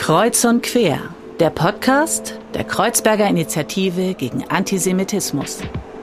Kreuz und Quer, der Podcast der Kreuzberger Initiative gegen Antisemitismus.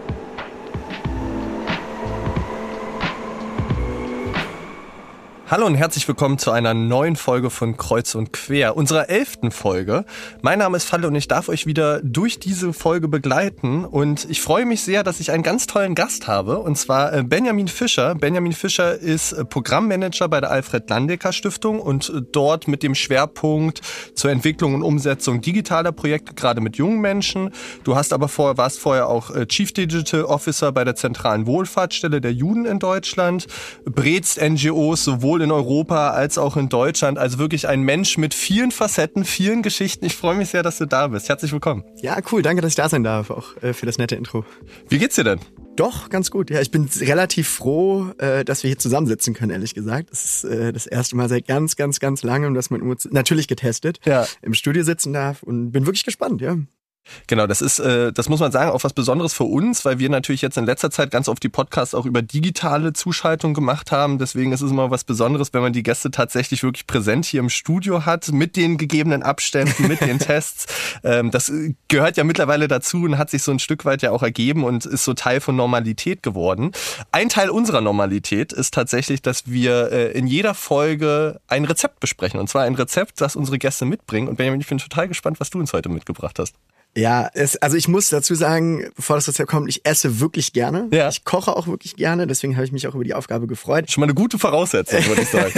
Hallo und herzlich willkommen zu einer neuen Folge von Kreuz und Quer, unserer 11. Folge. Mein Name ist Falle und ich darf euch wieder durch diese Folge begleiten. Und ich freue mich sehr, dass ich einen ganz tollen Gast habe, und zwar Benjamin Fischer. Benjamin Fischer ist Programmmanager bei der Alfred-Landecker-Stiftung und dort mit dem Schwerpunkt zur Entwicklung und Umsetzung digitaler Projekte, gerade mit jungen Menschen. Du warst vorher auch Chief Digital Officer bei der zentralen Wohlfahrtsstelle der Juden in Deutschland, berätst NGOs sowohl in Europa als auch in Deutschland. Also wirklich ein Mensch mit vielen Facetten, vielen Geschichten. Ich freue mich sehr, dass du da bist. Herzlich willkommen. Ja, cool. Danke, dass ich da sein darf, auch für das nette Intro. Wie geht's dir denn? Doch, ganz gut. Ja, ich bin relativ froh, dass wir hier zusammensitzen können, ehrlich gesagt. Das ist das erste Mal seit ganz, ganz, ganz langem, dass man natürlich getestet im Studio sitzen darf, und bin wirklich gespannt, ja. Genau, das muss man sagen, auch was Besonderes für uns, weil wir natürlich jetzt in letzter Zeit ganz oft die Podcasts auch über digitale Zuschaltung gemacht haben. Deswegen ist es immer was Besonderes, wenn man die Gäste tatsächlich wirklich präsent hier im Studio hat, mit den gegebenen Abständen, mit den Tests. Das gehört ja mittlerweile dazu und hat sich so ein Stück weit ja auch ergeben und ist so Teil von Normalität geworden. Ein Teil unserer Normalität ist tatsächlich, dass wir in jeder Folge ein Rezept besprechen. Und zwar ein Rezept, das unsere Gäste mitbringen. Und Benjamin, ich bin total gespannt, was du uns heute mitgebracht hast. Ja, also ich muss dazu sagen, bevor das Rezept kommt, ich esse wirklich gerne. Ja. Ich koche auch wirklich gerne, deswegen habe ich mich auch über die Aufgabe gefreut. Schon mal eine gute Voraussetzung, würde ich sagen.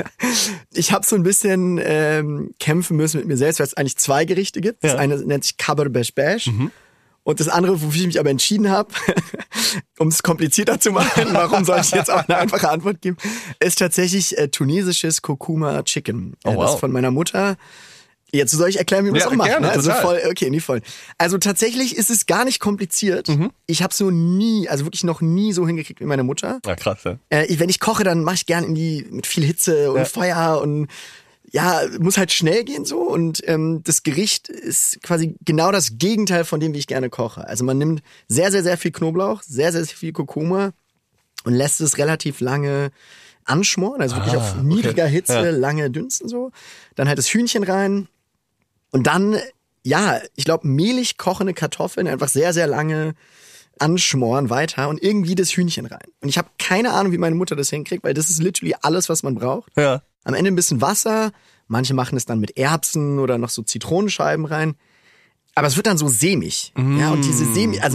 Ich habe so ein bisschen kämpfen müssen mit mir selbst, weil es eigentlich zwei Gerichte gibt. Das eine nennt sich Kaber Besh Besh. Und das andere, wofür ich mich aber entschieden habe, um es komplizierter zu machen, warum soll ich jetzt auch eine einfache Antwort geben, ist tatsächlich tunesisches Kurkuma Chicken. Oh, wow. Das ist von meiner Mutter. Jetzt soll ich erklären, wie man das auch macht. Gerne, ne? Also total. voll. Also tatsächlich ist es gar nicht kompliziert. Ich habe es wirklich noch nie so hingekriegt wie meine Mutter. Ja, krass, ja. Wenn ich koche, dann mache ich gern mit viel Hitze und Feuer und muss halt schnell gehen so. Und das Gericht ist quasi genau das Gegenteil von dem, wie ich gerne koche. Also man nimmt sehr, sehr, sehr viel Knoblauch, sehr, sehr viel Kurkuma und lässt es relativ lange anschmoren, also wirklich auf niedriger Hitze, lange dünsten so. Dann halt das Hühnchen rein. Und dann, ich glaube, mehlig kochende Kartoffeln einfach sehr, sehr lange anschmoren weiter und irgendwie das Hühnchen rein. Und ich habe keine Ahnung, wie meine Mutter das hinkriegt, weil das ist literally alles, was man braucht. Ja. Am Ende ein bisschen Wasser. Manche machen es dann mit Erbsen oder noch so Zitronenscheiben rein. Aber es wird dann so sämig. Ja, und diese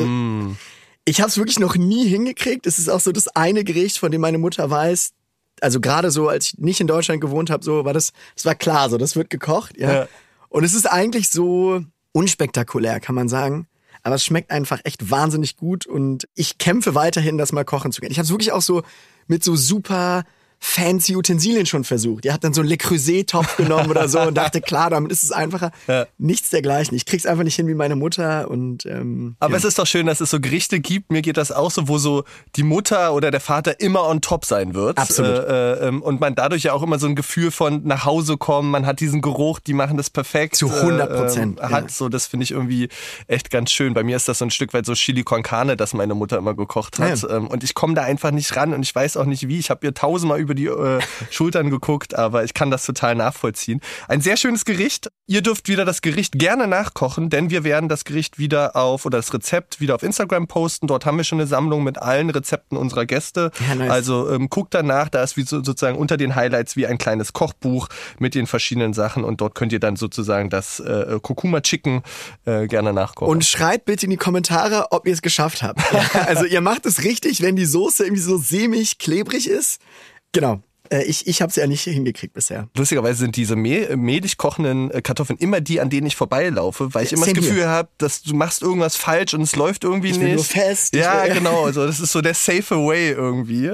ich habe es wirklich noch nie hingekriegt. Es ist auch so das eine Gericht, von dem meine Mutter weiß, also gerade so, als ich nicht in Deutschland gewohnt habe, so war das war klar, so das wird gekocht, ja. Und es ist eigentlich so unspektakulär, kann man sagen. Aber es schmeckt einfach echt wahnsinnig gut und ich kämpfe weiterhin, das mal kochen zu können. Ich habe es wirklich auch so mit so super fancy Utensilien schon versucht. Ihr habt dann so einen Le Creuset-Topf genommen oder so und dachte, klar, damit ist es einfacher. Ja. Nichts dergleichen. Ich krieg's einfach nicht hin wie meine Mutter. Und aber es ist doch schön, dass es so Gerichte gibt, mir geht das auch so, wo so die Mutter oder der Vater immer on top sein wird. Absolut. Und man dadurch ja auch immer so ein Gefühl von nach Hause kommen, man hat diesen Geruch, die machen das perfekt. Zu 100%. So, das finde ich irgendwie echt ganz schön. Bei mir ist das so ein Stück weit so Chili con Carne, das meine Mutter immer gekocht hat. Ja. Und ich komme da einfach nicht ran und ich weiß auch nicht wie. Ich habe ihr tausendmal über die Schultern geguckt, aber ich kann das total nachvollziehen. Ein sehr schönes Gericht. Ihr dürft wieder das Gericht gerne nachkochen, denn wir werden das Gericht das Rezept wieder auf Instagram posten. Dort haben wir schon eine Sammlung mit allen Rezepten unserer Gäste. Ja, nice. Also guckt danach, da ist wie sozusagen unter den Highlights wie ein kleines Kochbuch mit den verschiedenen Sachen und dort könnt ihr dann sozusagen das Kurkuma Chicken gerne nachkochen. Und schreibt bitte in die Kommentare, ob ihr es geschafft habt. Also ihr macht es richtig, wenn die Soße irgendwie so sämig, klebrig ist. Genau. Ich habe es ja nicht hingekriegt bisher. Lustigerweise sind diese mehlig kochenden Kartoffeln immer die, an denen ich vorbeilaufe, weil ich immer das Gefühl habe, dass du machst irgendwas falsch und es läuft irgendwie nicht. Ich bin nur fest. Ja, genau. Also das ist so der safe way irgendwie.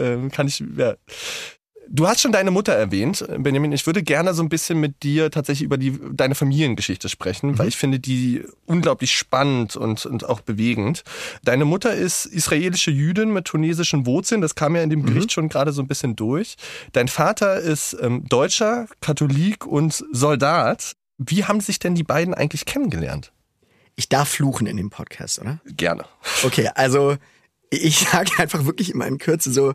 Du hast schon deine Mutter erwähnt, Benjamin. Ich würde gerne so ein bisschen mit dir tatsächlich über deine Familiengeschichte sprechen, weil ich finde die unglaublich spannend und auch bewegend. Deine Mutter ist israelische Jüdin mit tunesischen Wurzeln. Das kam ja in dem Gericht schon gerade so ein bisschen durch. Dein Vater ist Deutscher, Katholik und Soldat. Wie haben sich denn die beiden eigentlich kennengelernt? Ich darf fluchen in dem Podcast, oder? Gerne. Okay, also ich sage einfach wirklich immer in Kürze so,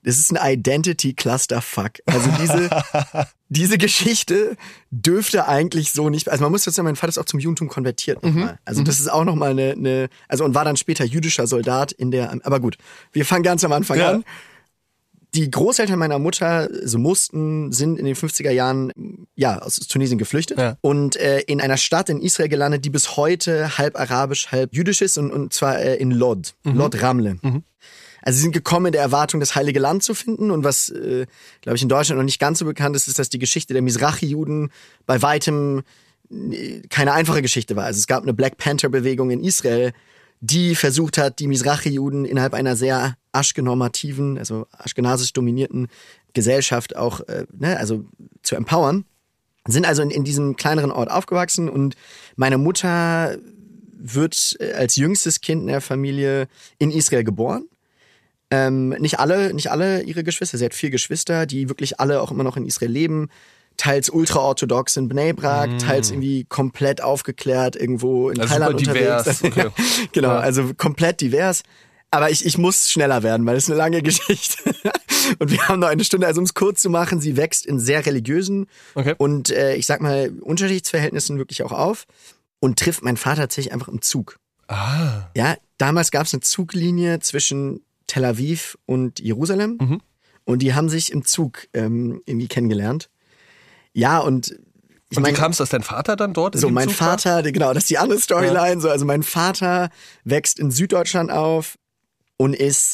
das ist ein Identity Clusterfuck. Also diese Geschichte dürfte eigentlich so nicht, also man muss jetzt sagen, mein Vater ist auch zum Judentum konvertiert nochmal. Also das ist auch nochmal also und war dann später jüdischer Soldat aber gut, wir fangen ganz am Anfang an. Die Großeltern meiner Mutter sind in den 50er Jahren aus Tunesien geflüchtet und in einer Stadt in Israel gelandet, die bis heute halb arabisch, halb jüdisch ist und zwar in Lod Ramle. Also sie sind gekommen in der Erwartung, das Heilige Land zu finden und was, glaube ich, in Deutschland noch nicht ganz so bekannt ist, ist, dass die Geschichte der Mizrachi-Juden bei weitem keine einfache Geschichte war. Also es gab eine Black Panther-Bewegung in Israel, die versucht hat, die Mizrachi-Juden innerhalb einer sehr aschkenormativen, also aschkenasisch dominierten Gesellschaft auch also zu empowern. Sind also in diesem kleineren Ort aufgewachsen und meine Mutter wird als jüngstes Kind in der Familie in Israel geboren. Nicht alle ihre Geschwister, sie hat 4 Geschwister, die wirklich alle auch immer noch in Israel leben. Teils ultraorthodox in Bnei Brak, teils irgendwie komplett aufgeklärt irgendwo in Thailand unterwegs. Okay. Genau, also komplett divers. Aber ich muss schneller werden, weil es ist eine lange Geschichte. Und wir haben noch eine Stunde, also um es kurz zu machen, sie wächst in sehr religiösen und ich sag mal Unterschichtsverhältnissen wirklich auch auf und trifft meinen Vater tatsächlich einfach im Zug. Ja, damals gab es eine Zuglinie zwischen Tel Aviv und Jerusalem und die haben sich im Zug irgendwie kennengelernt. Ja, und wie kam es, dass dein Vater dann dort in so dem mein Zug Vater, war? Genau, das ist die andere Storyline. Ja. So, also mein Vater wächst in Süddeutschland auf und ist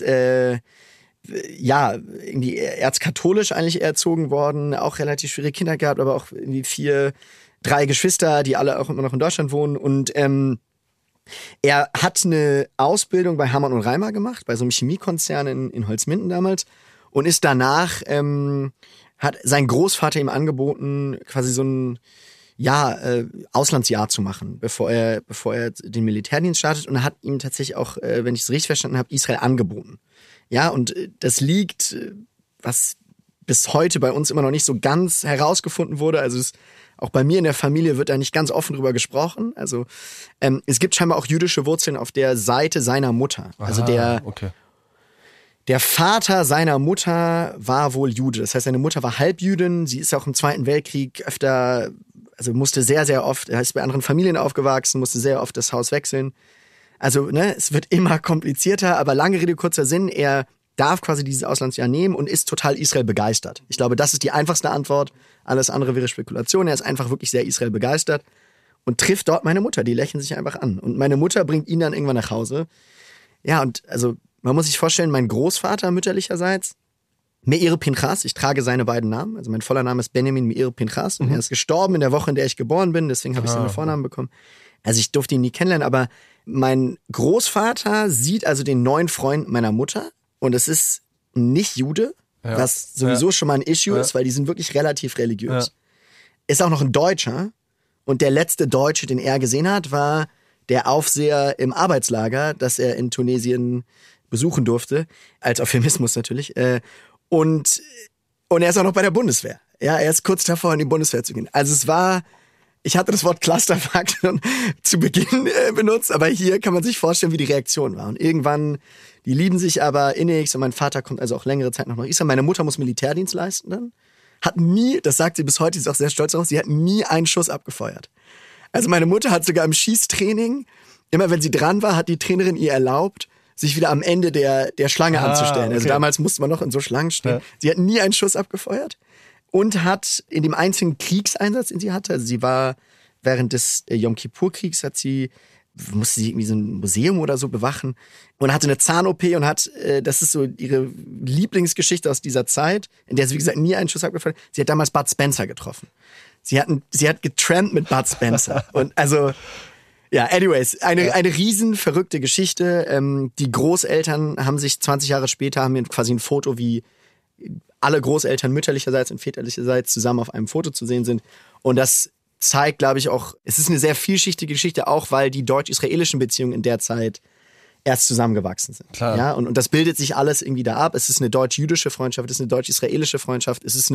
irgendwie erzkatholisch eigentlich erzogen worden, auch relativ schwierige Kinder gehabt, aber auch irgendwie 3 Geschwister, die alle auch immer noch in Deutschland wohnen und er hat eine Ausbildung bei Hammann und Reimer gemacht, bei so einem Chemiekonzern in Holzminden damals und ist danach hat sein Großvater ihm angeboten, quasi so ein Auslandsjahr zu machen, bevor er den Militärdienst startet und hat ihm tatsächlich auch, wenn ich es richtig verstanden habe, Israel angeboten. Ja, und das liegt, was bis heute bei uns immer noch nicht so ganz herausgefunden wurde, also auch bei mir in der Familie wird da nicht ganz offen drüber gesprochen. Also es gibt scheinbar auch jüdische Wurzeln auf der Seite seiner Mutter. Also der Vater seiner Mutter war wohl Jude. Das heißt, seine Mutter war Halbjüdin. Sie ist auch im Zweiten Weltkrieg musste sehr, sehr oft, er ist bei anderen Familien aufgewachsen, musste sehr oft das Haus wechseln. Also, es wird immer komplizierter, aber lange Rede, kurzer Sinn, er darf quasi dieses Auslandsjahr nehmen und ist total Israel begeistert. Ich glaube, das ist die einfachste Antwort. Alles andere wäre Spekulation. Er ist einfach wirklich sehr Israel begeistert und trifft dort meine Mutter. Die lächeln sich einfach an. Und meine Mutter bringt ihn dann irgendwann nach Hause. Ja, und also man muss sich vorstellen, mein Großvater mütterlicherseits, Meir Pinchas, ich trage seine beiden Namen. Also mein voller Name ist Benjamin Meir Pinchas. Und er ist gestorben in der Woche, in der ich geboren bin. Deswegen habe ich seinen Vornamen bekommen. Also ich durfte ihn nie kennenlernen. Aber mein Großvater sieht also den neuen Freund meiner Mutter. Und es ist nicht Jude, was sowieso schon mal ein Issue ist, weil die sind wirklich relativ religiös. Ist auch noch ein Deutscher. Und der letzte Deutsche, den er gesehen hat, war der Aufseher im Arbeitslager, das er in Tunesien besuchen durfte. Als Euphemismus natürlich. Und er ist auch noch bei der Bundeswehr. Ja, er ist kurz davor, in die Bundeswehr zu gehen. Also ich hatte das Wort Clusterfuck schon zu Beginn benutzt, aber hier kann man sich vorstellen, wie die Reaktion war. Und irgendwann, die lieben sich aber innigst und mein Vater kommt also auch längere Zeit noch nach Israel. Meine Mutter muss Militärdienst leisten dann. Hat nie, das sagt sie bis heute, sie ist auch sehr stolz darauf, sie hat nie einen Schuss abgefeuert. Also meine Mutter hat sogar im Schießtraining, immer wenn sie dran war, hat die Trainerin ihr erlaubt, sich wieder am Ende der Schlange anzustellen. Okay. Also damals musste man noch in so Schlangen stehen. Ja. Sie hat nie einen Schuss abgefeuert und hat in dem einzigen Kriegseinsatz, den sie hatte, also sie war während des Yom Kippur-Kriegs, musste sie irgendwie so ein Museum oder so bewachen und hatte eine Zahn-OP und das ist so ihre Lieblingsgeschichte aus dieser Zeit, in der sie, wie gesagt, nie einen Schuss abgefeuert hat. Sie hat damals Bud Spencer getroffen. Sie hat getrampt mit Bud Spencer. Und also, ja, anyways, eine riesen verrückte Geschichte. Die Großeltern haben sich 20 Jahre später, haben mir quasi ein Foto, wie alle Großeltern mütterlicherseits und väterlicherseits zusammen auf einem Foto zu sehen sind. Und das zeigt, glaube ich, auch, es ist eine sehr vielschichtige Geschichte, auch weil die deutsch-israelischen Beziehungen in der Zeit erst zusammengewachsen sind. Klar. Ja, und das bildet sich alles irgendwie da ab. Es ist eine deutsch-jüdische Freundschaft, es ist eine deutsch-israelische Freundschaft, es ist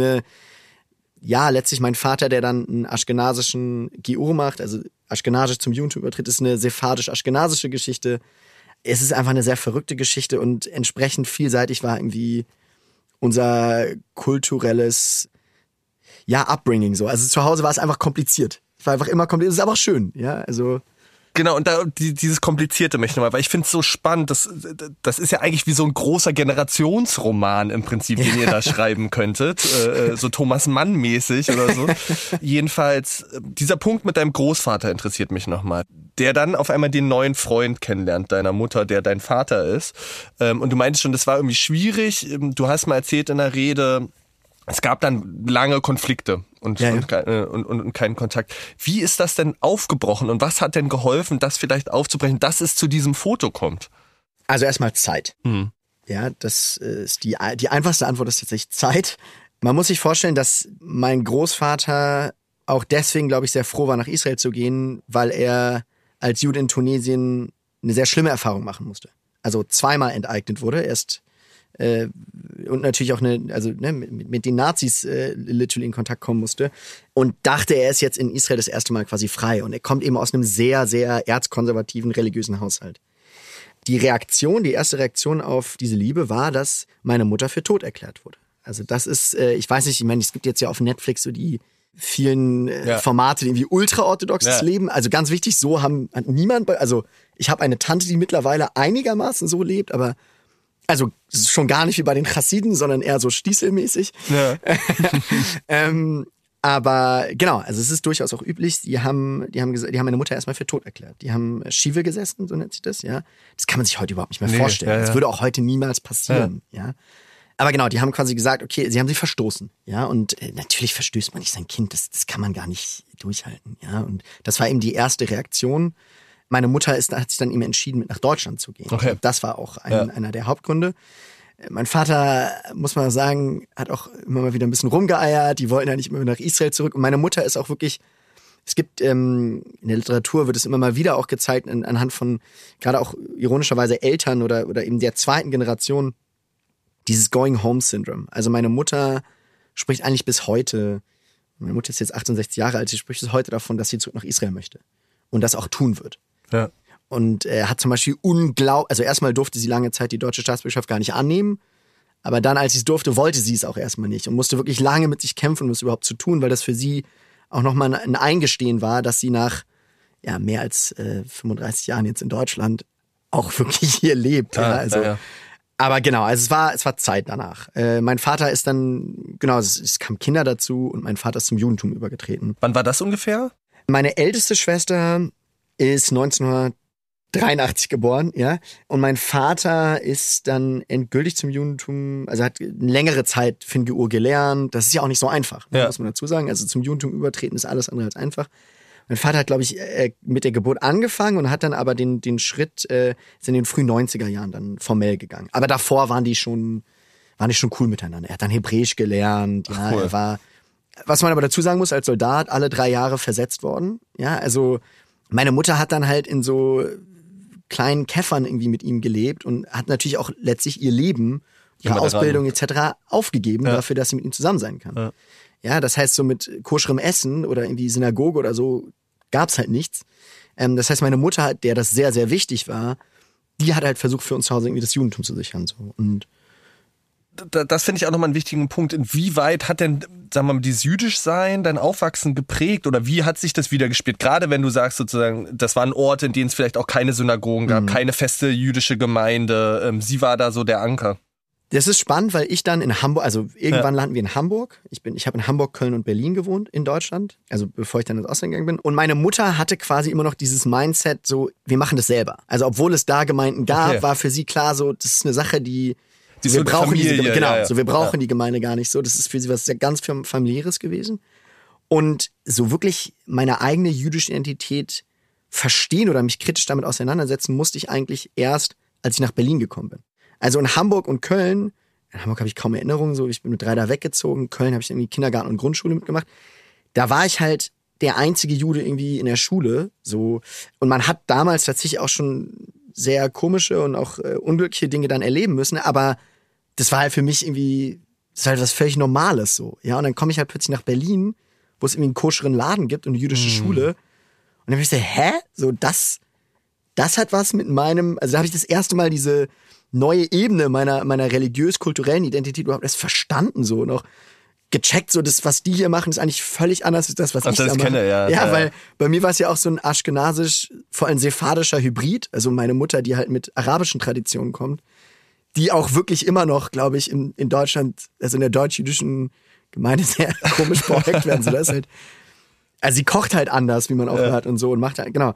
letztlich mein Vater, der dann einen aschkenasischen Giur macht, also aschkenasisch zum Judentum übertritt, ist eine sephardisch-aschkenasische Geschichte. Es ist einfach eine sehr verrückte Geschichte und entsprechend vielseitig war irgendwie unser kulturelles, Upbringing so. Also zu Hause war es einfach kompliziert. Es war einfach immer kompliziert. Es ist aber auch schön, ja, also. Genau, und da dieses Komplizierte möchte ich nochmal, weil ich finde es so spannend, das ist ja eigentlich wie so ein großer Generationsroman im Prinzip, den ihr da schreiben könntet, so Thomas Mann-mäßig oder so. Jedenfalls, dieser Punkt mit deinem Großvater interessiert mich nochmal, der dann auf einmal den neuen Freund kennenlernt, deiner Mutter, der dein Vater ist. Und du meintest schon, das war irgendwie schwierig, du hast mal erzählt in der Rede, es gab dann lange Konflikte und keinen Kontakt. Wie ist das denn aufgebrochen und was hat denn geholfen, das vielleicht aufzubrechen, dass es zu diesem Foto kommt? Also erstmal Zeit. Mhm. Ja, das ist die einfachste Antwort ist tatsächlich Zeit. Man muss sich vorstellen, dass mein Großvater auch deswegen, glaube ich, sehr froh war, nach Israel zu gehen, weil er als Jude in Tunesien eine sehr schlimme Erfahrung machen musste. Also zweimal enteignet wurde, erst und natürlich auch mit den Nazis literally in Kontakt kommen musste und dachte, er ist jetzt in Israel das erste Mal quasi frei und er kommt eben aus einem sehr, sehr erzkonservativen religiösen Haushalt. Die erste Reaktion auf diese Liebe war, dass meine Mutter für tot erklärt wurde. Also das ist, ich weiß nicht, ich meine, es gibt jetzt ja auf Netflix so die vielen Formate, die irgendwie ultraorthodoxes Leben, also ganz wichtig, so hat niemand, also ich habe eine Tante, die mittlerweile einigermaßen so lebt, aber also schon gar nicht wie bei den Chassiden, sondern eher so stieselmäßig. Ja. Aber genau, also es ist durchaus auch üblich. Die haben meine Mutter erstmal für tot erklärt. Die haben Schive gesessen, so nennt sich das, ja. Das kann man sich heute überhaupt nicht mehr vorstellen. Ja. Das würde auch heute niemals passieren, ja. Aber genau, die haben quasi gesagt, okay, sie haben sie verstoßen, ja. Und natürlich verstößt man nicht sein Kind, das kann man gar nicht durchhalten, ja. Und das war eben die erste Reaktion. Meine Mutter hat sich dann eben entschieden, mit nach Deutschland zu gehen. Okay. Das war auch einer der Hauptgründe. Mein Vater, muss man sagen, hat auch immer mal wieder ein bisschen rumgeeiert. Die wollten ja nicht immer nach Israel zurück. Und meine Mutter ist auch wirklich, es gibt in der Literatur wird es immer mal wieder auch gezeigt, anhand von gerade auch ironischerweise Eltern oder eben der zweiten Generation, dieses Going-Home-Syndrom. Also meine Mutter spricht eigentlich bis heute, meine Mutter ist jetzt 68 Jahre alt, sie spricht bis heute davon, dass sie zurück nach Israel möchte. Und das auch tun wird. Ja. Und hat zum Beispiel also erstmal durfte sie lange Zeit die deutsche Staatsbürgerschaft gar nicht annehmen, aber dann, als sie es durfte, wollte sie es auch erstmal nicht und musste wirklich lange mit sich kämpfen, um es überhaupt zu tun, weil das für sie auch nochmal ein Eingestehen war, dass sie nach mehr als 35 Jahren jetzt in Deutschland auch wirklich hier lebt. Ja. Aber genau, also es war Zeit danach. Mein Vater ist dann, genau, es kamen Kinder dazu und mein Vater ist zum Judentum übergetreten. Wann war das ungefähr? Meine älteste Schwester ist 1983 geboren, ja. Und mein Vater ist dann endgültig zum Judentum, also hat eine längere Zeit Fingeur gelernt. Das ist ja auch nicht so einfach, muss man dazu sagen. Also zum Judentum übertreten ist alles andere als einfach. Mein Vater hat, glaube ich, mit der Geburt angefangen und hat dann aber den Schritt ist in den frühen 90er Jahren dann formell gegangen. Aber davor waren die schon cool miteinander. Er hat dann Hebräisch gelernt, ja. Cool. Er war, was man aber dazu sagen muss, als Soldat alle 3 Jahre versetzt worden. Ja, also meine Mutter hat dann halt in so kleinen Käffern irgendwie mit ihm gelebt und hat natürlich auch letztlich ihr Leben, ihre Ausbildung etc. aufgegeben dafür, dass sie mit ihm zusammen sein kann. Ja, das heißt, so mit koscherem Essen oder irgendwie Synagoge oder so gab's halt nichts. Das heißt, meine Mutter, der das sehr, sehr wichtig war, die hat halt versucht, für uns zu Hause irgendwie das Judentum zu sichern. So. Und das finde ich auch nochmal einen wichtigen Punkt. Inwieweit hat denn, sagen wir mal, dieses Jüdischsein dein Aufwachsen geprägt oder wie hat sich das wiedergespielt? Gerade wenn du sagst sozusagen, das waren Orte, in denen es vielleicht auch keine Synagogen gab, keine feste jüdische Gemeinde. Sie war da so der Anker. Das ist spannend, weil ich dann in Hamburg, also irgendwann landen wir in Hamburg. Ich habe in Hamburg, Köln und Berlin gewohnt in Deutschland, also bevor ich dann ins Ausland gegangen bin. Und meine Mutter hatte quasi immer noch dieses Mindset so, wir machen das selber. Also obwohl es da Gemeinden gab, war für sie klar so, das ist eine Sache, wir brauchen wir brauchen die Gemeinde gar nicht so. Das ist für sie was sehr ganz familiäres gewesen. Und so wirklich meine eigene jüdische Identität verstehen oder mich kritisch damit auseinandersetzen, musste ich eigentlich erst, als ich nach Berlin gekommen bin. Also in Hamburg und Köln, in Hamburg habe ich kaum Erinnerungen, so ich bin mit 3 da weggezogen, Köln habe ich irgendwie Kindergarten und Grundschule mitgemacht. Da war ich halt der einzige Jude irgendwie in der Schule, so. Und man hat damals tatsächlich auch schon sehr komische und auch unglückliche Dinge dann erleben müssen, aber das war halt für mich irgendwie, das ist halt was völlig Normales so, ja. Und dann komme ich halt plötzlich nach Berlin, wo es irgendwie einen koscheren Laden gibt und eine jüdische Schule. Und dann bin ich so, so, das hat was mit meinem, also da habe ich das erste Mal diese neue Ebene meiner religiös-kulturellen Identität überhaupt erst verstanden, so noch gecheckt, so das, was die hier machen, ist eigentlich völlig anders als das, was ich da mache. Kenne, ja. Ja, weil bei mir war es ja auch so ein aschkenasisch, vor allem sephardischer Hybrid, also meine Mutter, die halt mit arabischen Traditionen kommt, die auch wirklich immer noch, glaube ich, in Deutschland, also in der deutsch-jüdischen Gemeinde sehr komisch beäugt werden. So, das ist halt, also sie kocht halt anders, wie man auch hört und so und macht halt, genau.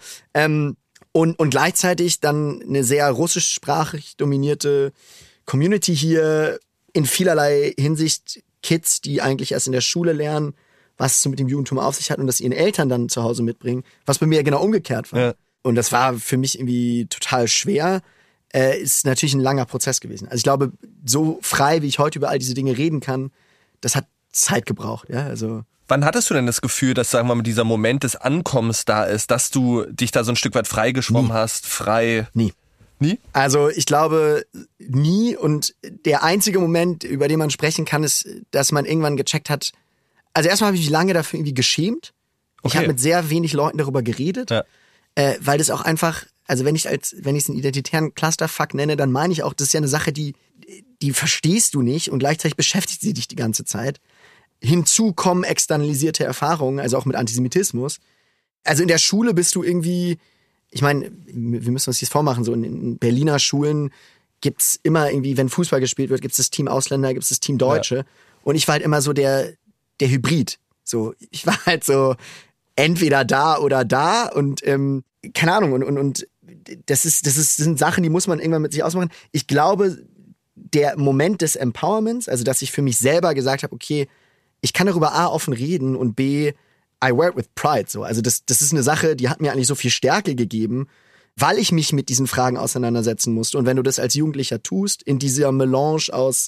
Und gleichzeitig dann eine sehr russischsprachig dominierte Community hier, in vielerlei Hinsicht Kids, die eigentlich erst in der Schule lernen, was es so mit dem Judentum auf sich hat und das ihren Eltern dann zu Hause mitbringen, was bei mir genau umgekehrt war. Ja. Und das war für mich irgendwie total schwer. Ist natürlich ein langer Prozess gewesen. Also ich glaube, so frei, wie ich heute über all diese Dinge reden kann, das hat Zeit gebraucht. Ja, also. Wann hattest du denn das Gefühl, dass, sagen wir mal, dieser Moment des Ankommens da ist, dass du dich da so ein Stück weit freigeschwommen hast, frei? Nie. Nie? Also ich glaube nie, und der einzige Moment, über den man sprechen kann, ist, dass man irgendwann gecheckt hat, also erstmal habe ich mich lange dafür irgendwie geschämt. Okay. Ich habe mit sehr wenig Leuten darüber geredet, weil das auch einfach, also wenn ich es einen identitären Clusterfuck nenne, dann meine ich auch, das ist ja eine Sache, die verstehst du nicht und gleichzeitig beschäftigt sie dich die ganze Zeit. Hinzu kommen externalisierte Erfahrungen, also auch mit Antisemitismus. Also in der Schule bist du irgendwie, ich meine, wir müssen uns das vormachen, so in Berliner Schulen gibt's immer irgendwie, wenn Fußball gespielt wird, gibt's das Team Ausländer, gibt's das Team Deutsche. Ja. Und ich war halt immer so der Hybrid. So, ich war halt so entweder da oder da und keine Ahnung. Und das sind Sachen, die muss man irgendwann mit sich ausmachen. Ich glaube, der Moment des Empowerments, also dass ich für mich selber gesagt habe, okay, ich kann darüber A, offen reden und B, I wear it with pride. So. Also das ist eine Sache, die hat mir eigentlich so viel Stärke gegeben, weil ich mich mit diesen Fragen auseinandersetzen musste. Und wenn du das als Jugendlicher tust, in dieser Melange aus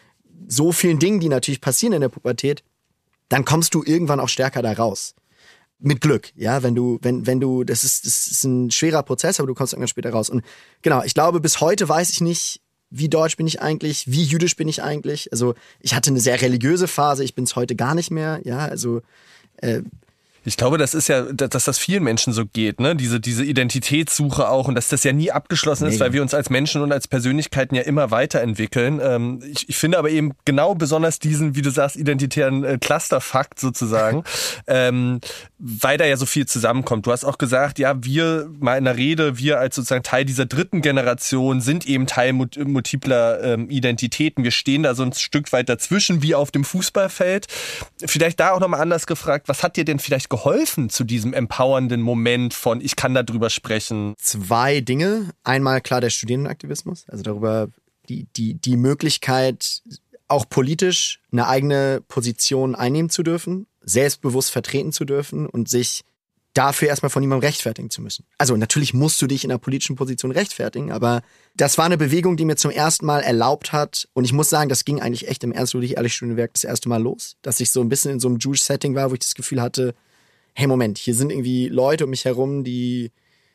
so vielen Dingen, die natürlich passieren in der Pubertät, dann kommst du irgendwann auch stärker da raus. Mit Glück, ja, wenn du, das ist ein schwerer Prozess, aber du kommst irgendwann später raus. Und genau, ich glaube, bis heute weiß ich nicht, wie deutsch bin ich eigentlich, wie jüdisch bin ich eigentlich. Also ich hatte eine sehr religiöse Phase, ich bin es heute gar nicht mehr, ja, also ich glaube, das ist ja, dass das vielen Menschen so geht, ne? Diese Identitätssuche auch, und dass das ja nie abgeschlossen ist, weil wir uns als Menschen und als Persönlichkeiten ja immer weiterentwickeln. Ich finde aber eben genau besonders diesen, wie du sagst, identitären Clusterfakt sozusagen, weil da ja so viel zusammenkommt. Du hast auch gesagt, ja, wir mal in der Rede, wir als sozusagen Teil dieser dritten Generation sind eben Teil multipler Identitäten. Wir stehen da so ein Stück weit dazwischen, wie auf dem Fußballfeld. Vielleicht da auch nochmal anders gefragt, was hat dir denn vielleicht geholfen zu diesem empowernden Moment von, ich kann da drüber sprechen? 2 Dinge. Einmal klar der Studierendenaktivismus, also darüber die Möglichkeit, auch politisch eine eigene Position einnehmen zu dürfen, selbstbewusst vertreten zu dürfen und sich dafür erstmal von niemandem rechtfertigen zu müssen. Also natürlich musst du dich in einer politischen Position rechtfertigen, aber das war eine Bewegung, die mir zum ersten Mal erlaubt hat, und ich muss sagen, das ging eigentlich echt im Ernst Ludwig Ehrlich Studienwerk das erste Mal los, dass ich so ein bisschen in so einem Jewish Setting war, wo ich das Gefühl hatte, hey Moment, hier sind irgendwie Leute um mich herum, die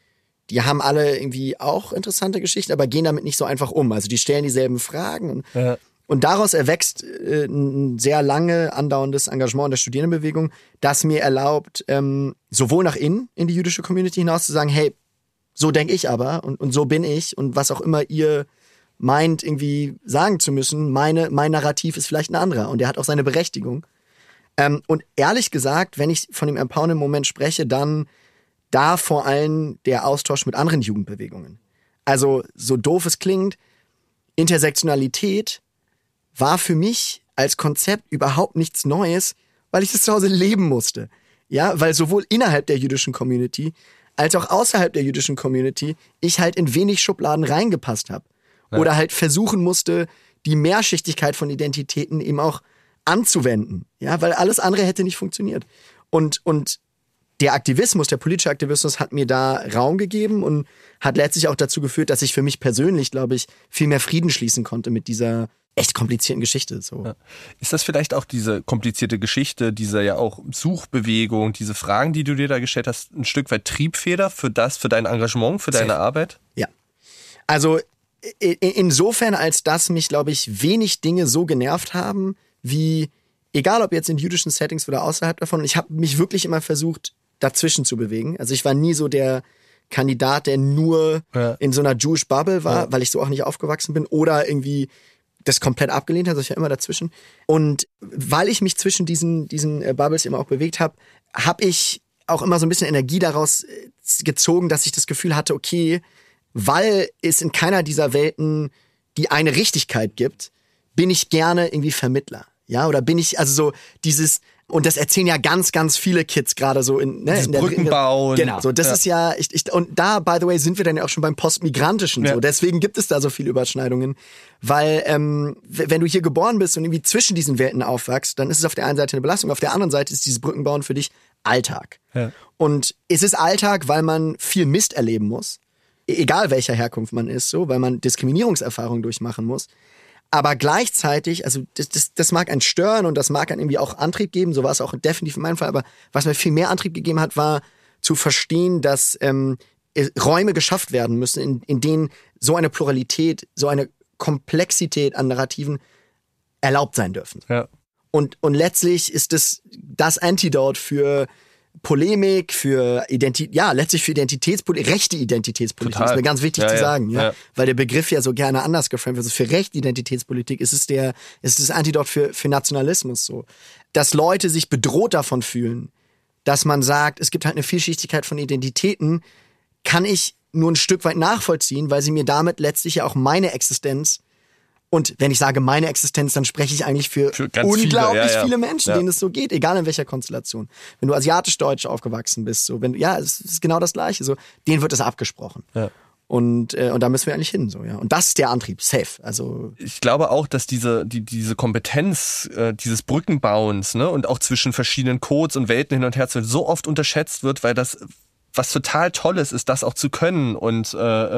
haben alle irgendwie auch interessante Geschichten, aber gehen damit nicht so einfach um. Also die stellen dieselben Fragen und daraus erwächst ein sehr lange andauerndes Engagement in der Studierendenbewegung, das mir erlaubt, sowohl nach innen in die jüdische Community hinaus zu sagen, hey, so denke ich aber und so bin ich, und was auch immer ihr meint irgendwie sagen zu müssen, mein Narrativ ist vielleicht ein anderer und der hat auch seine Berechtigung. Und ehrlich gesagt, wenn ich von dem empowernden Moment spreche, dann da vor allem der Austausch mit anderen Jugendbewegungen. Also so doof es klingt, Intersektionalität war für mich als Konzept überhaupt nichts Neues, weil ich das zu Hause leben musste. Ja, weil sowohl innerhalb der jüdischen Community als auch außerhalb der jüdischen Community ich halt in wenig Schubladen reingepasst habe. Ja. Oder halt versuchen musste, die Mehrschichtigkeit von Identitäten eben auch anzuwenden. Ja, weil alles andere hätte nicht funktioniert. Und der Aktivismus, der politische Aktivismus hat mir da Raum gegeben und hat letztlich auch dazu geführt, dass ich für mich persönlich, glaube ich, viel mehr Frieden schließen konnte mit dieser echt komplizierten Geschichte. So. Ja. Ist das vielleicht auch diese komplizierte Geschichte, diese ja auch Suchbewegung, diese Fragen, die du dir da gestellt hast, ein Stück weit Triebfeder für dein Engagement, für deine Arbeit? Ja. Also insofern, als dass mich, glaube ich, wenig Dinge so genervt haben, wie, egal ob jetzt in jüdischen Settings oder außerhalb davon, ich habe mich wirklich immer versucht, dazwischen zu bewegen. Also ich war nie so der Kandidat, der nur in so einer Jewish Bubble war, weil ich so auch nicht aufgewachsen bin, oder irgendwie das komplett abgelehnt hat, also ich war immer dazwischen. Und weil ich mich zwischen diesen Bubbles immer auch bewegt habe, habe ich auch immer so ein bisschen Energie daraus gezogen, dass ich das Gefühl hatte, okay, weil es in keiner dieser Welten die eine Richtigkeit gibt, bin ich gerne irgendwie Vermittler. Ja, oder bin ich, also so dieses, und das erzählen ja ganz, ganz viele Kids gerade so in der Brücken bauen. Genau, so das ist ja, und da, by the way, sind wir dann ja auch schon beim Postmigrantischen. So. Deswegen gibt es da so viele Überschneidungen. Weil, wenn du hier geboren bist und irgendwie zwischen diesen Welten aufwachst, dann ist es auf der einen Seite eine Belastung, auf der anderen Seite ist dieses Brückenbauen für dich Alltag. Ja. Und es ist Alltag, weil man viel Mist erleben muss. Egal welcher Herkunft man ist, so, weil man Diskriminierungserfahrungen durchmachen muss. Aber gleichzeitig, also das mag einen stören und das mag einen irgendwie auch Antrieb geben, so war es auch definitiv in meinem Fall, aber was mir viel mehr Antrieb gegeben hat, war zu verstehen, dass Räume geschafft werden müssen, in denen so eine Pluralität, so eine Komplexität an Narrativen erlaubt sein dürfen. Ja. Und letztlich ist das Antidote für Polemik, letztlich für Identitätspolitik, rechte Identitätspolitik, total. Ist mir ganz wichtig zu sagen, ja. Weil der Begriff ja so gerne anders geframed wird. Also für rechte Identitätspolitik ist es das Antidot für Nationalismus so. Dass Leute sich bedroht davon fühlen, dass man sagt, es gibt halt eine Vielschichtigkeit von Identitäten, kann ich nur ein Stück weit nachvollziehen, weil sie mir damit letztlich ja auch meine Existenz, und wenn ich sage meine Existenz, dann spreche ich eigentlich für unglaublich viele Menschen, denen es so geht, egal in welcher Konstellation. Wenn du asiatisch-deutsch aufgewachsen bist, so, es ist genau das Gleiche, so, denen wird es abgesprochen. Ja. Und da müssen wir eigentlich hin, so, ja. Und das ist der Antrieb, safe. Also ich glaube auch, dass diese Kompetenz dieses Brückenbauens, ne, und auch zwischen verschiedenen Codes und Welten hin und her so oft unterschätzt wird, weil das was total Tolles ist, das auch zu können und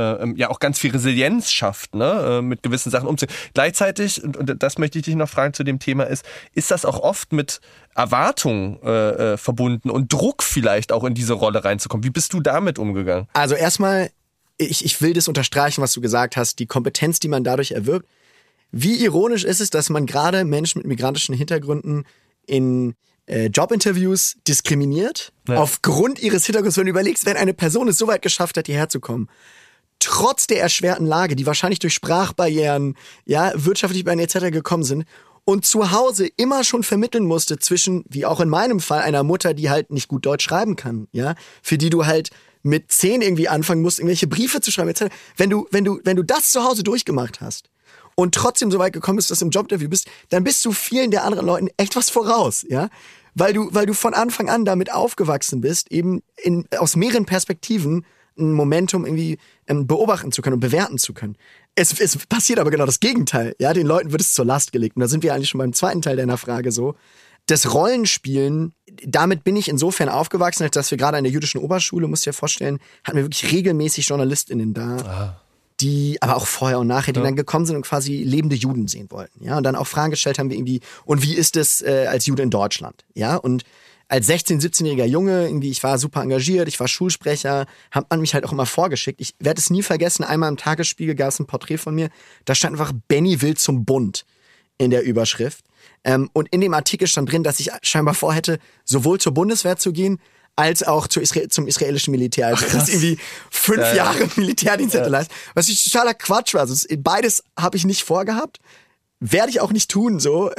ja auch ganz viel Resilienz schafft, ne, mit gewissen Sachen umzugehen. Gleichzeitig, und das möchte ich dich noch fragen zu dem Thema, ist das auch oft mit Erwartung verbunden und Druck vielleicht auch in diese Rolle reinzukommen? Wie bist du damit umgegangen? Also erstmal, ich will das unterstreichen, was du gesagt hast, die Kompetenz, die man dadurch erwirbt. Wie ironisch ist es, dass man gerade Menschen mit migrantischen Hintergründen in Jobinterviews diskriminiert, aufgrund ihres Hintergrunds. Wenn du überlegst, wenn eine Person es so weit geschafft hat, hierher zu kommen, trotz der erschwerten Lage, die wahrscheinlich durch Sprachbarrieren, wirtschaftliche Barrieren etc. gekommen sind, und zu Hause immer schon vermitteln musste zwischen, wie auch in meinem Fall, einer Mutter, die halt nicht gut Deutsch schreiben kann, für die du halt mit 10 irgendwie anfangen musst, irgendwelche Briefe zu schreiben etc. Wenn du das zu Hause durchgemacht hast und trotzdem so weit gekommen bist, dass du im Jobinterview bist, dann bist du vielen der anderen Leuten echt was voraus, Weil du von Anfang an damit aufgewachsen bist, eben aus mehreren Perspektiven ein Momentum irgendwie beobachten zu können und bewerten zu können. Es passiert aber genau das Gegenteil. Den Leuten wird es zur Last gelegt. Und da sind wir eigentlich schon beim zweiten Teil deiner Frage so. Das Rollenspielen, damit bin ich insofern aufgewachsen, als dass wir gerade an der jüdischen Oberschule, musst du dir vorstellen, hatten wir wirklich regelmäßig JournalistInnen da. Die aber auch vorher und nachher, die dann gekommen sind und quasi lebende Juden sehen wollten, und dann auch Fragen gestellt haben, wie irgendwie, und wie ist es als Jude in Deutschland, und als 16-, 17-jähriger Junge, irgendwie, ich war super engagiert, ich war Schulsprecher, hat man mich halt auch immer vorgeschickt. Ich werde es nie vergessen, einmal im Tagesspiegel gab es ein Porträt von mir, da stand einfach Benny will zum Bund in der Überschrift. Und in dem Artikel stand drin, dass ich scheinbar vorhätte, sowohl zur Bundeswehr zu gehen, als auch zum israelischen Militär. Also das ist irgendwie 5 Jahre Militärdienst hätte leisten. Was totaler Quatsch war. Also beides habe ich nicht vorgehabt. Werde ich auch nicht tun, so.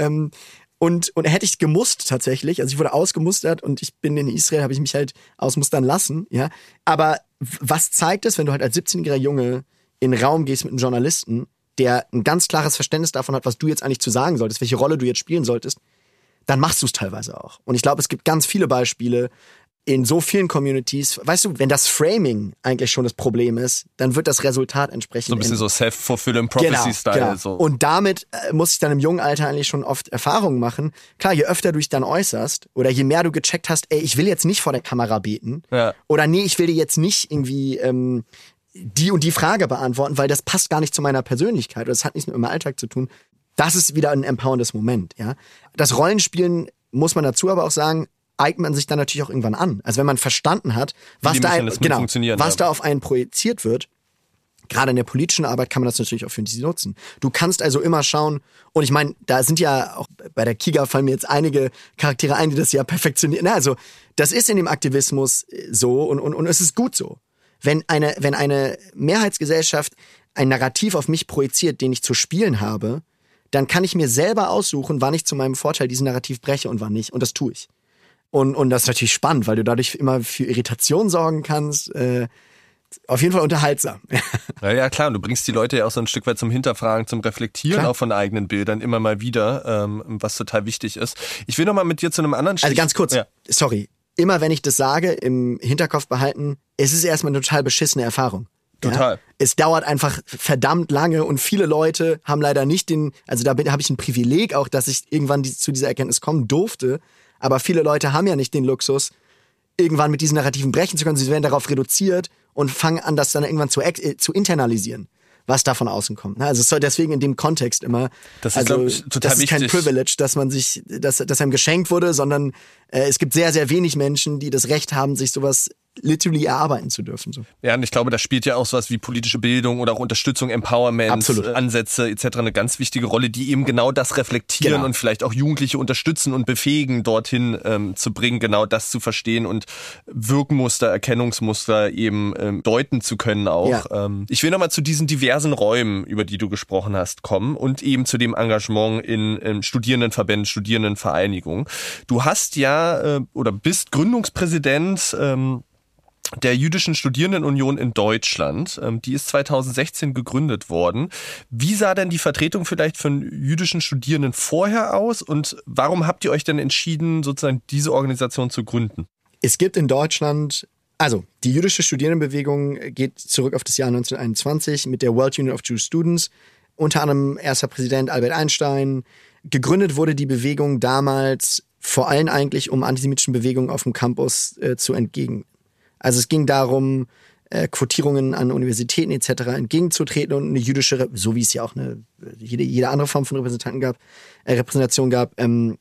Und hätte ich gemusst tatsächlich. Also ich wurde ausgemustert und ich bin in Israel, habe ich mich halt ausmustern lassen, Aber was zeigt es, wenn du halt als 17-jähriger Junge in einen Raum gehst mit einem Journalisten, der ein ganz klares Verständnis davon hat, was du jetzt eigentlich zu sagen solltest, welche Rolle du jetzt spielen solltest, dann machst du es teilweise auch. Und ich glaube, es gibt ganz viele Beispiele, in so vielen Communities, weißt du, wenn das Framing eigentlich schon das Problem ist, dann wird das Resultat entsprechend so ein bisschen so self-fulfilling prophecy-Style. Genau. So. Und damit muss ich dann im jungen Alter eigentlich schon oft Erfahrungen machen. Klar, je öfter du dich dann äußerst oder je mehr du gecheckt hast, ich will jetzt nicht vor der Kamera beten oder nee, ich will dir jetzt nicht irgendwie die und die Frage beantworten, weil das passt gar nicht zu meiner Persönlichkeit oder das hat nichts mit meinem Alltag zu tun. Das ist wieder ein empowerndes Moment. Das Rollenspielen, muss man dazu aber auch sagen, eignet man sich dann natürlich auch irgendwann an. Also wenn man verstanden hat, was da auf einen projiziert wird, gerade in der politischen Arbeit kann man das natürlich auch für sich nutzen. Du kannst also immer schauen, und ich meine, da sind ja auch bei der Kiga fallen mir jetzt einige Charaktere ein, die das ja perfektionieren. Also das ist in dem Aktivismus so und es ist gut so. Wenn eine Mehrheitsgesellschaft ein Narrativ auf mich projiziert, den ich zu spielen habe, dann kann ich mir selber aussuchen, wann ich zu meinem Vorteil diesen Narrativ breche und wann nicht. Und das tue ich. Und das ist natürlich spannend, weil du dadurch immer für Irritation sorgen kannst. Auf jeden Fall unterhaltsam. Ja, klar. Und du bringst die Leute ja auch so ein Stück weit zum Hinterfragen, zum Reflektieren auch von eigenen Bildern immer mal wieder, was total wichtig ist. Ich will noch mal mit dir zu einem anderen Also ganz kurz, sorry. Immer wenn ich das sage, im Hinterkopf behalten, es ist erstmal eine total beschissene Erfahrung. Total. Ja? Es dauert einfach verdammt lange und viele Leute haben leider nicht also da habe ich ein Privileg auch, dass ich irgendwann zu dieser Erkenntnis kommen durfte, aber viele Leute haben ja nicht den Luxus, irgendwann mit diesen Narrativen brechen zu können. Sie werden darauf reduziert und fangen an, das dann irgendwann zu internalisieren, was da von außen kommt. Also es soll deswegen in dem Kontext immer, das ist, glaube ich, total das ist kein Privilege, dass einem geschenkt wurde, sondern es gibt sehr, sehr wenig Menschen, die das Recht haben, sich sowas literally erarbeiten zu dürfen. So. Ja, und ich glaube, da spielt ja auch sowas wie politische Bildung oder auch Unterstützung, Empowerment, Absolut. Ansätze etc. eine ganz wichtige Rolle, die eben genau das reflektieren und vielleicht auch Jugendliche unterstützen und befähigen, dorthin zu bringen, genau das zu verstehen und Wirkmuster, Erkennungsmuster eben deuten zu können auch. Ja. Ich will nochmal zu diesen diversen Räumen, über die du gesprochen hast, kommen und eben zu dem Engagement in Studierendenverbänden, Studierendenvereinigungen. Du hast ja oder bist Gründungspräsident der Jüdischen Studierendenunion in Deutschland. Die ist 2016 gegründet worden. Wie sah denn die Vertretung vielleicht von jüdischen Studierenden vorher aus und warum habt ihr euch denn entschieden, sozusagen diese Organisation zu gründen? Es gibt in Deutschland, also die jüdische Studierendenbewegung geht zurück auf das Jahr 1921 mit der World Union of Jewish Students, unter anderem erster Präsident Albert Einstein. Gegründet wurde die Bewegung damals vor allem eigentlich, um antisemitischen Bewegungen auf dem Campus zu entgegen. Also es ging darum, Quotierungen an Universitäten etc. entgegenzutreten und eine jüdische, so wie es ja auch jede andere Form von Repräsentation gab,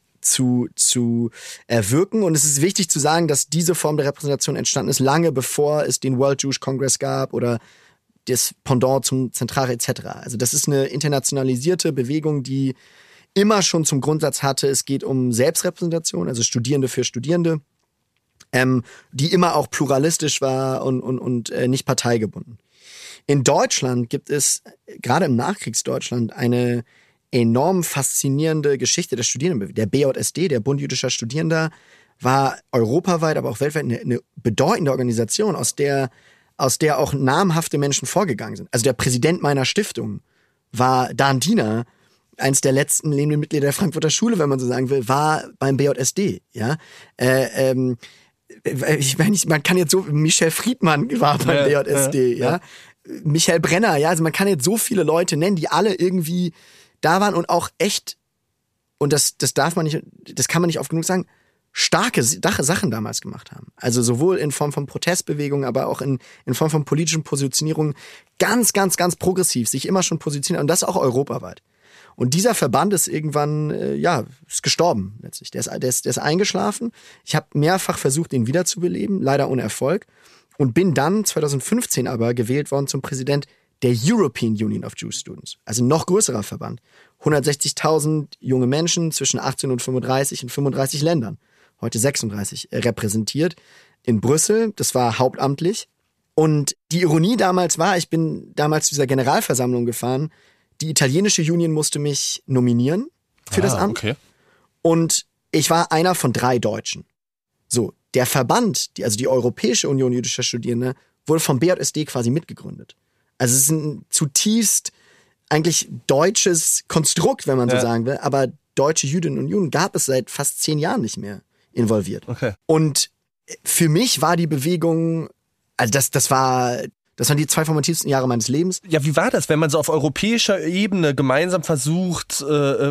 zu erwirken. Und es ist wichtig zu sagen, dass diese Form der Repräsentation entstanden ist, lange bevor es den World Jewish Congress gab oder das Pendant zum Zentralrat etc. Also das ist eine internationalisierte Bewegung, die immer schon zum Grundsatz hatte, es geht um Selbstrepräsentation, also Studierende für Studierende, die immer auch pluralistisch war und nicht parteigebunden. In Deutschland gibt es, gerade im Nachkriegsdeutschland, eine enorm faszinierende Geschichte der Studierendenbewegung. Der BJSD, der Bund Jüdischer Studierender, war europaweit, aber auch weltweit eine bedeutende Organisation, aus der auch namhafte Menschen vorgegangen sind. Also der Präsident meiner Stiftung war Dan Diener, eins der letzten lebenden Mitglieder der Frankfurter Schule, wenn man so sagen will, war beim BJSD, ja. Ich meine, man kann jetzt so, Michel Friedmann war beim BJSD, ja. Michael Brenner, ja, also man kann jetzt so viele Leute nennen, die alle irgendwie da waren und auch echt, und das kann man nicht oft genug sagen, starke Sachen damals gemacht haben. Also sowohl in Form von Protestbewegungen, aber auch in Form von politischen Positionierungen ganz, ganz, ganz progressiv sich immer schon positioniert und das auch europaweit. Und dieser Verband ist irgendwann, ist gestorben letztlich. Der ist eingeschlafen. Ich habe mehrfach versucht, ihn wiederzubeleben, leider ohne Erfolg. Und bin dann 2015 aber gewählt worden zum Präsident der European Union of Jewish Students. Also ein noch größerer Verband. 160.000 junge Menschen zwischen 18 und 35 in 35 Ländern. Heute 36 repräsentiert. In Brüssel, das war hauptamtlich. Und die Ironie damals war, ich bin damals zu dieser Generalversammlung gefahren. Die italienische Union musste mich nominieren für das Amt. Okay. Und ich war einer von 3 Deutschen. So, der Verband, also die Europäische Union jüdischer Studierende, wurde vom BJSD quasi mitgegründet. Also es ist ein zutiefst eigentlich deutsches Konstrukt, wenn man so sagen will. Aber deutsche Jüdinnen und Juden gab es seit fast 10 Jahren nicht mehr involviert. Okay. Und für mich war die Bewegung, also das waren die 2 formativsten Jahre meines Lebens. Ja, wie war das, wenn man so auf europäischer Ebene gemeinsam versucht,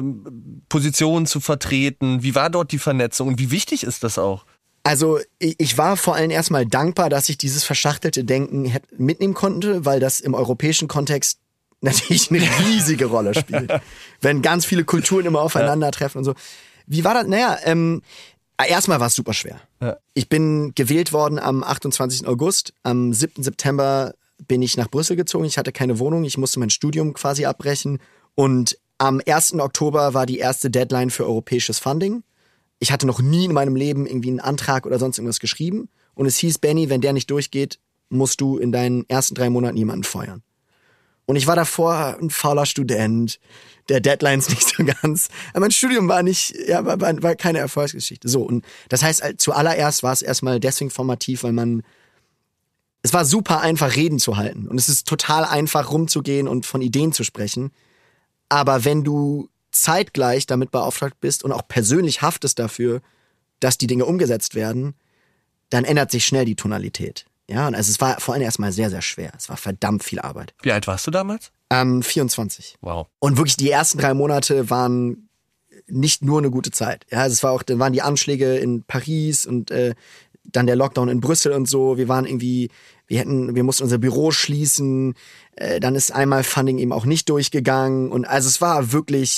Positionen zu vertreten? Wie war dort die Vernetzung und wie wichtig ist das auch? Also ich war vor allem erstmal dankbar, dass ich dieses verschachtelte Denken mitnehmen konnte, weil das im europäischen Kontext natürlich eine riesige Rolle spielt. Wenn ganz viele Kulturen immer aufeinandertreffen und so. Wie war das? Naja, erstmal war es super schwer. Ja. Ich bin gewählt worden am 28. August. Am 7. September bin ich nach Brüssel gezogen. Ich hatte keine Wohnung. Ich musste mein Studium quasi abbrechen. Und am 1. Oktober war die erste Deadline für europäisches Funding. Ich hatte noch nie in meinem Leben irgendwie einen Antrag oder sonst irgendwas geschrieben. Und es hieß, Benny, wenn der nicht durchgeht, musst du in deinen ersten 3 Monaten jemanden feuern. Und ich war davor ein fauler Student, der Deadlines nicht so ganz. Aber mein Studium war war keine Erfolgsgeschichte. So, und das heißt, zuallererst war es erstmal deswegen formativ, weil es war super einfach, Reden zu halten. Und es ist total einfach, rumzugehen und von Ideen zu sprechen. Aber wenn du zeitgleich damit beauftragt bist und auch persönlich haftest dafür, dass die Dinge umgesetzt werden, dann ändert sich schnell die Tonalität. Ja, und also es war vor allem erstmal sehr, sehr schwer. Es war verdammt viel Arbeit. Wie alt warst du damals? 24. Wow. Und wirklich die ersten 3 Monate waren nicht nur eine gute Zeit. Ja, es war auch, dann waren die Anschläge in Paris und dann der Lockdown in Brüssel und so. Wir waren irgendwie, wir mussten unser Büro schließen. Dann ist einmal Funding eben auch nicht durchgegangen. Und also es war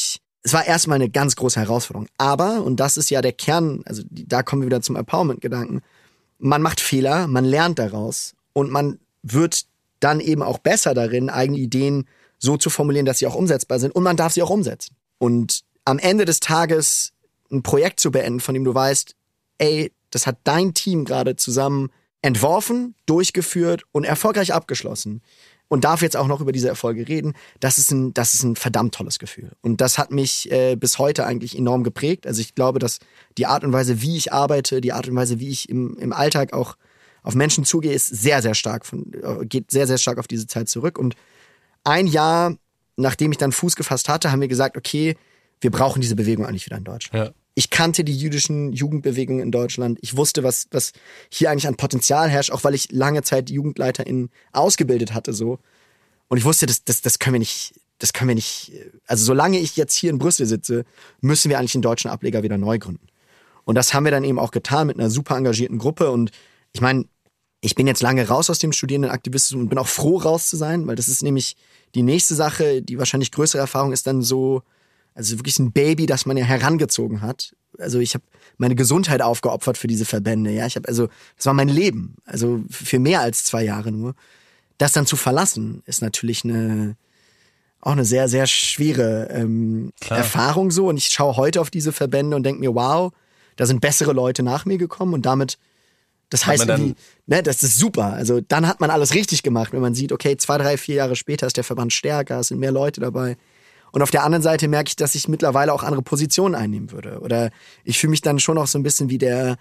erstmal eine ganz große Herausforderung. Aber, und das ist ja der Kern, also da kommen wir wieder zum Empowerment-Gedanken, man macht Fehler, man lernt daraus und man wird dann eben auch besser darin, eigene Ideen so zu formulieren, dass sie auch umsetzbar sind und man darf sie auch umsetzen. Und am Ende des Tages ein Projekt zu beenden, von dem du weißt, ey, das hat dein Team gerade zusammen entworfen, durchgeführt und erfolgreich abgeschlossen und darf jetzt auch noch über diese Erfolge reden, das ist ein verdammt tolles Gefühl. Und das hat mich bis heute eigentlich enorm geprägt. Also ich glaube, dass die Art und Weise, wie ich arbeite, die Art und Weise, wie ich im Alltag auch auf Menschen zugehe, ist sehr, sehr stark geht sehr, sehr stark auf diese Zeit zurück. Und ein Jahr, nachdem ich dann Fuß gefasst hatte, haben wir gesagt, okay, wir brauchen diese Bewegung eigentlich wieder in Deutschland. Ja. Ich kannte die jüdischen Jugendbewegungen in Deutschland. Ich wusste, was hier eigentlich an Potenzial herrscht, auch weil ich lange Zeit JugendleiterInnen ausgebildet hatte, so. Und ich wusste, das können wir nicht, also solange ich jetzt hier in Brüssel sitze, müssen wir eigentlich den deutschen Ableger wieder neu gründen. Und das haben wir dann eben auch getan mit einer super engagierten Gruppe. Und ich meine, ich bin jetzt lange raus aus dem Studierendenaktivismus und bin auch froh, raus zu sein, weil das ist nämlich die nächste Sache, die wahrscheinlich größere Erfahrung ist dann so, also wirklich ein Baby, das man ja herangezogen hat. Also ich habe meine Gesundheit aufgeopfert für diese Verbände. Ja, das war mein Leben. Also für mehr als 2 Jahre nur. Das dann zu verlassen, ist natürlich auch eine sehr, sehr schwere Erfahrung so. Und ich schaue heute auf diese Verbände und denke mir, wow, da sind bessere Leute nach mir gekommen. Und damit, das heißt irgendwie, das ist super. Also dann hat man alles richtig gemacht, wenn man sieht, okay, 2, 3, 4 Jahre später ist der Verband stärker, es sind mehr Leute dabei. Und auf der anderen Seite merke ich, dass ich mittlerweile auch andere Positionen einnehmen würde. Oder ich fühle mich dann schon auch so ein bisschen wie der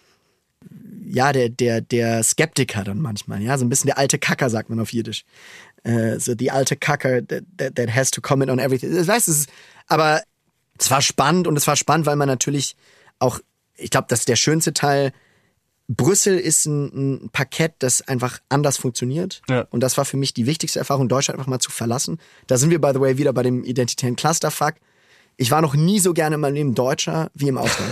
Skeptiker dann manchmal. Ja, so ein bisschen der alte Kacker, sagt man auf Jiddisch. So die alte Kacker that has to comment on everything. Das heißt, aber es war spannend und es war spannend, weil man natürlich auch, ich glaube, das ist der schönste Teil. Brüssel ist ein Parkett, das einfach anders funktioniert. Ja. Und das war für mich die wichtigste Erfahrung, Deutschland einfach mal zu verlassen. Da sind wir, by the way, wieder bei dem identitären Clusterfuck. Ich war noch nie so gerne in meinem Leben Deutscher wie im Ausland.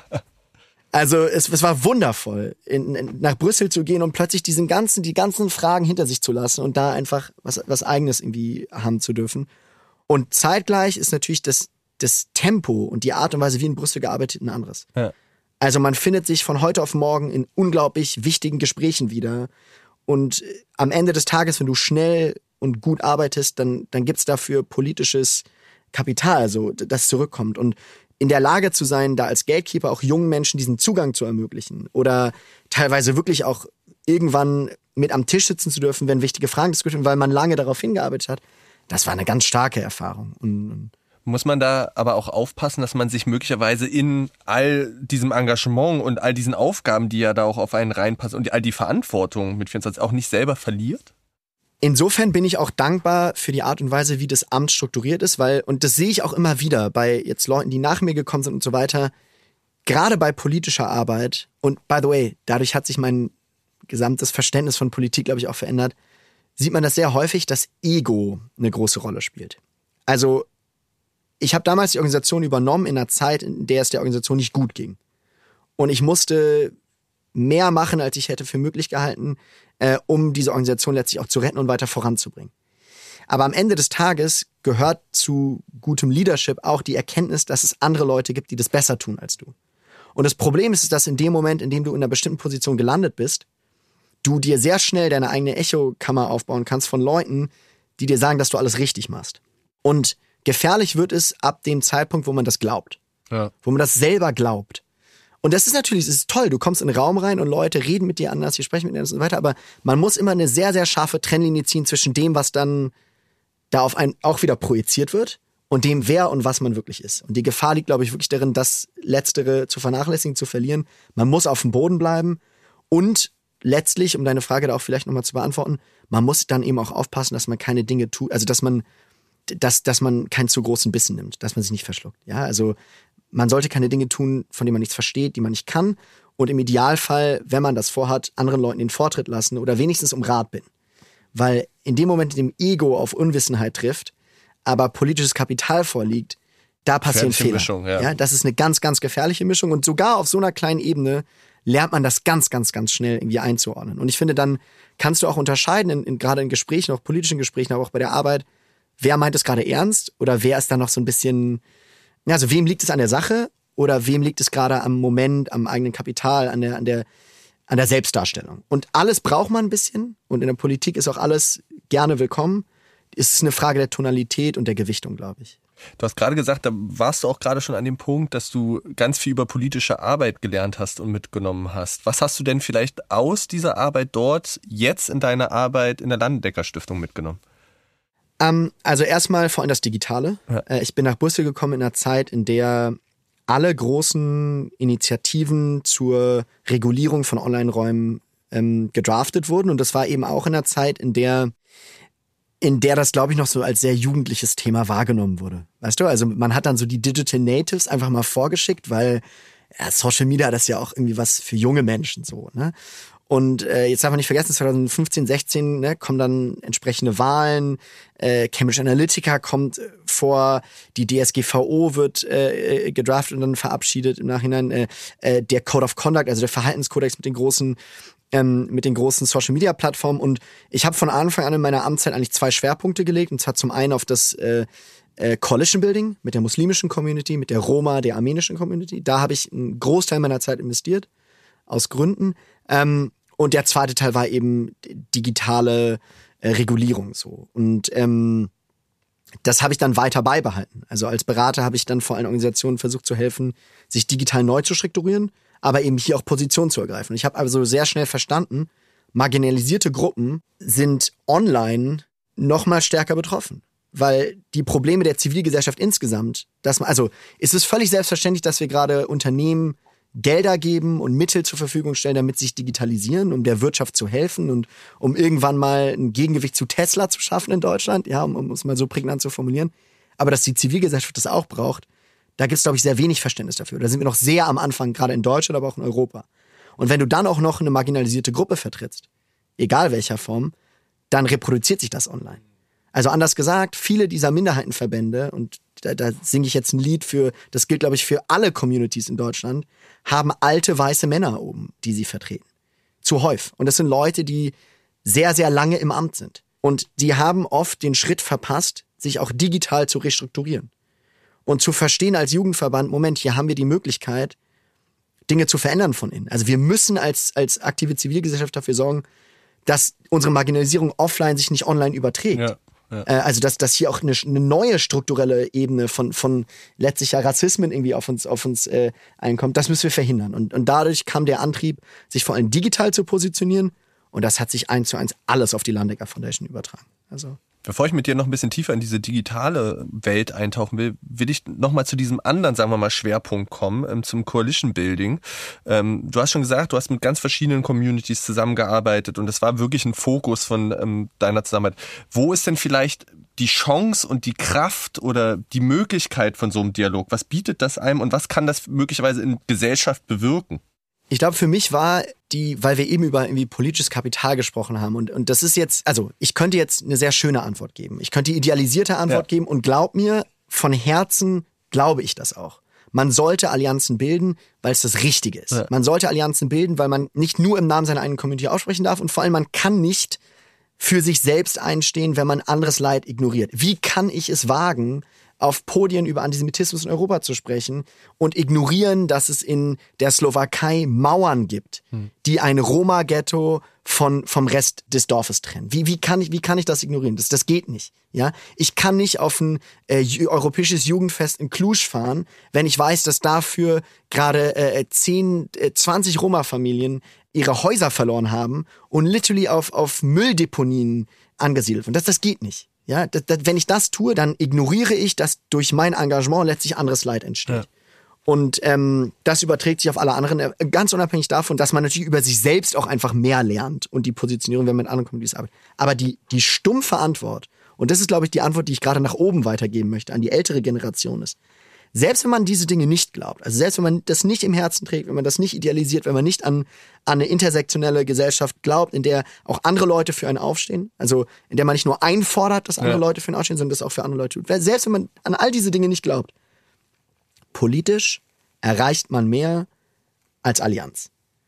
Also es war wundervoll, nach Brüssel zu gehen und plötzlich die ganzen Fragen hinter sich zu lassen und da einfach was Eigenes irgendwie haben zu dürfen. Und zeitgleich ist natürlich das Tempo und die Art und Weise, wie in Brüssel gearbeitet, ein anderes. Ja. Also man findet sich von heute auf morgen in unglaublich wichtigen Gesprächen wieder. Und am Ende des Tages, wenn du schnell und gut arbeitest, dann gibt's dafür politisches Kapital, also das zurückkommt. Und in der Lage zu sein, da als Gatekeeper auch jungen Menschen diesen Zugang zu ermöglichen oder teilweise wirklich auch irgendwann mit am Tisch sitzen zu dürfen, wenn wichtige Fragen diskutiert werden, weil man lange darauf hingearbeitet hat, das war eine ganz starke Erfahrung. Und muss man da aber auch aufpassen, dass man sich möglicherweise in all diesem Engagement und all diesen Aufgaben, die ja da auch auf einen reinpassen und all die Verantwortung mit 24 auch nicht selber verliert? Insofern bin ich auch dankbar für die Art und Weise, wie das Amt strukturiert ist, und das sehe ich auch immer wieder bei jetzt Leuten, die nach mir gekommen sind und so weiter, gerade bei politischer Arbeit, und by the way, dadurch hat sich mein gesamtes Verständnis von Politik, glaube ich, auch verändert, sieht man das sehr häufig, dass Ego eine große Rolle spielt. Also ich habe damals die Organisation übernommen in einer Zeit, in der es der Organisation nicht gut ging. Und ich musste mehr machen, als ich hätte für möglich gehalten, um diese Organisation letztlich auch zu retten und weiter voranzubringen. Aber am Ende des Tages gehört zu gutem Leadership auch die Erkenntnis, dass es andere Leute gibt, die das besser tun als du. Und das Problem ist, dass in dem Moment, in dem du in einer bestimmten Position gelandet bist, du dir sehr schnell deine eigene Echokammer aufbauen kannst von Leuten, die dir sagen, dass du alles richtig machst. Und gefährlich wird es ab dem Zeitpunkt, wo man das glaubt. Ja. Wo man das selber glaubt. Und das ist natürlich, das ist toll. Du kommst in den Raum rein und Leute reden mit dir anders, die sprechen mit dir anders und so weiter. Aber man muss immer eine sehr, sehr scharfe Trennlinie ziehen zwischen dem, was dann da auf einen auch wieder projiziert wird und dem, wer und was man wirklich ist. Und die Gefahr liegt, glaube ich, wirklich darin, das Letztere zu vernachlässigen, zu verlieren. Man muss auf dem Boden bleiben und letztlich, um deine Frage da auch vielleicht nochmal zu beantworten, man muss dann eben auch aufpassen, dass man keine Dinge tut, also dass man keinen zu großen Bissen nimmt, dass man sich nicht verschluckt. Ja, also man sollte keine Dinge tun, von denen man nichts versteht, die man nicht kann. Und im Idealfall, wenn man das vorhat, anderen Leuten den Vortritt lassen oder wenigstens um Rat bitten. Weil in dem Moment, in dem Ego auf Unwissenheit trifft, aber politisches Kapital vorliegt, da passieren Fehler. Mischung, ja, das ist eine ganz, ganz gefährliche Mischung. Und sogar auf so einer kleinen Ebene lernt man das ganz, ganz, ganz schnell irgendwie einzuordnen. Und ich finde, dann kannst du auch unterscheiden, gerade in Gesprächen, auch politischen Gesprächen, aber auch bei der Arbeit, wer meint es gerade ernst oder wer ist da noch so ein bisschen, also wem liegt es an der Sache oder wem liegt es gerade am Moment, am eigenen Kapital, an der Selbstdarstellung. Und alles braucht man ein bisschen und in der Politik ist auch alles gerne willkommen. Es ist eine Frage der Tonalität und der Gewichtung, glaube ich. Du hast gerade gesagt, da warst du auch gerade schon an dem Punkt, dass du ganz viel über politische Arbeit gelernt hast und mitgenommen hast. Was hast du denn vielleicht aus dieser Arbeit dort jetzt in deiner Arbeit in der Landecker-Stiftung mitgenommen? Also erstmal vor allem das Digitale. Ja. Ich bin nach Brüssel gekommen in einer Zeit, in der alle großen Initiativen zur Regulierung von Online-Räumen gedraftet wurden. Und das war eben auch in einer Zeit, in der das, glaube ich, noch so als sehr jugendliches Thema wahrgenommen wurde. Weißt du, also man hat dann so die Digital Natives einfach mal vorgeschickt, weil Social Media, das ist ja auch irgendwie was für junge Menschen so, ne? Und jetzt darf man nicht vergessen, 2015, 16 ne, kommen dann entsprechende Wahlen, Cambridge Analytica kommt vor, die DSGVO wird gedraftet und dann verabschiedet im Nachhinein, der Code of Conduct, also der Verhaltenskodex mit den großen Social-Media-Plattformen. Und ich habe von Anfang an in meiner Amtszeit eigentlich 2 Schwerpunkte gelegt. Und zwar zum einen auf das Coalition Building mit der muslimischen Community, mit der Roma, der armenischen Community. Da habe ich einen Großteil meiner Zeit investiert, aus Gründen. Und der zweite Teil war eben digitale Regulierung so. Und das habe ich dann weiter beibehalten. Also als Berater habe ich dann vor allen Organisationen versucht zu helfen, sich digital neu zu strukturieren, aber eben hier auch Position zu ergreifen. Und ich habe also sehr schnell verstanden, marginalisierte Gruppen sind online noch mal stärker betroffen. Weil die Probleme der Zivilgesellschaft insgesamt, also es ist völlig selbstverständlich, dass wir gerade Unternehmen Gelder geben und Mittel zur Verfügung stellen, damit sie sich digitalisieren, um der Wirtschaft zu helfen und um irgendwann mal ein Gegengewicht zu Tesla zu schaffen in Deutschland, ja, um es mal so prägnant zu formulieren. Aber dass die Zivilgesellschaft das auch braucht, da gibt es, glaube ich, sehr wenig Verständnis dafür. Da sind wir noch sehr am Anfang, gerade in Deutschland, aber auch in Europa. Und wenn du dann auch noch eine marginalisierte Gruppe vertrittst, egal welcher Form, dann reproduziert sich das online. Also anders gesagt, viele dieser Minderheitenverbände, und da singe ich jetzt ein Lied für, das gilt, glaube ich, für alle Communities in Deutschland, haben alte weiße Männer oben, die sie vertreten. Zuhäuf. Und das sind Leute, die sehr, sehr lange im Amt sind. Und die haben oft den Schritt verpasst, sich auch digital zu restrukturieren. Und zu verstehen als Jugendverband, Moment, hier haben wir die Möglichkeit, Dinge zu verändern von innen. Also wir müssen als aktive Zivilgesellschaft dafür sorgen, dass unsere Marginalisierung offline sich nicht online überträgt. Ja. Ja. Also dass hier auch eine neue strukturelle Ebene von letztlich ja Rassismen irgendwie auf uns einkommt, das müssen wir verhindern. Und dadurch kam der Antrieb, sich vor allem digital zu positionieren. Und das hat sich 1:1 alles auf die Landecker Foundation übertragen. Also bevor ich mit dir noch ein bisschen tiefer in diese digitale Welt eintauchen will ich nochmal zu diesem anderen, sagen wir mal, Schwerpunkt kommen, zum Coalition Building. Du hast schon gesagt, du hast mit ganz verschiedenen Communities zusammengearbeitet und das war wirklich ein Fokus von deiner Zusammenarbeit. Wo ist denn vielleicht die Chance und die Kraft oder die Möglichkeit von so einem Dialog? Was bietet das einem und was kann das möglicherweise in Gesellschaft bewirken? Ich glaube, für mich war weil wir eben über irgendwie politisches Kapital gesprochen haben und das ist jetzt, also ich könnte jetzt eine sehr schöne Antwort geben. Ich könnte die idealisierte Antwort geben und glaub mir, von Herzen glaube ich das auch. Man sollte Allianzen bilden, weil es das Richtige ist. Ja. Man sollte Allianzen bilden, weil man nicht nur im Namen seiner eigenen Community aussprechen darf und vor allem man kann nicht für sich selbst einstehen, wenn man anderes Leid ignoriert. Wie kann ich es wagen, auf Podien über Antisemitismus in Europa zu sprechen und ignorieren, dass es in der Slowakei Mauern gibt, die ein Roma-Ghetto vom Rest des Dorfes trennen. Wie kann ich das ignorieren? Das geht nicht. Ja, ich kann nicht auf ein europäisches Jugendfest in Cluj fahren, wenn ich weiß, dass dafür gerade 20 Roma-Familien ihre Häuser verloren haben und literally auf Mülldeponien angesiedelt werden. Das geht nicht. Ja, wenn ich das tue, dann ignoriere ich, dass durch mein Engagement letztlich anderes Leid entsteht. Ja. Und das überträgt sich auf alle anderen, ganz unabhängig davon, dass man natürlich über sich selbst auch einfach mehr lernt und die Positionierung, wenn man mit anderen Communities arbeitet. Aber die stumpfe Antwort, und das ist, glaube ich, die Antwort, die ich gerade nach oben weitergeben möchte, an die ältere Generation ist, selbst wenn man diese Dinge nicht glaubt, also selbst wenn man das nicht im Herzen trägt, wenn man das nicht idealisiert, wenn man nicht an eine intersektionelle Gesellschaft glaubt, in der auch andere Leute für einen aufstehen, also in der man nicht nur einfordert, dass andere Leute für einen aufstehen, sondern das auch für andere Leute tut. Selbst wenn man an all diese Dinge nicht glaubt, politisch erreicht man mehr als Allianz.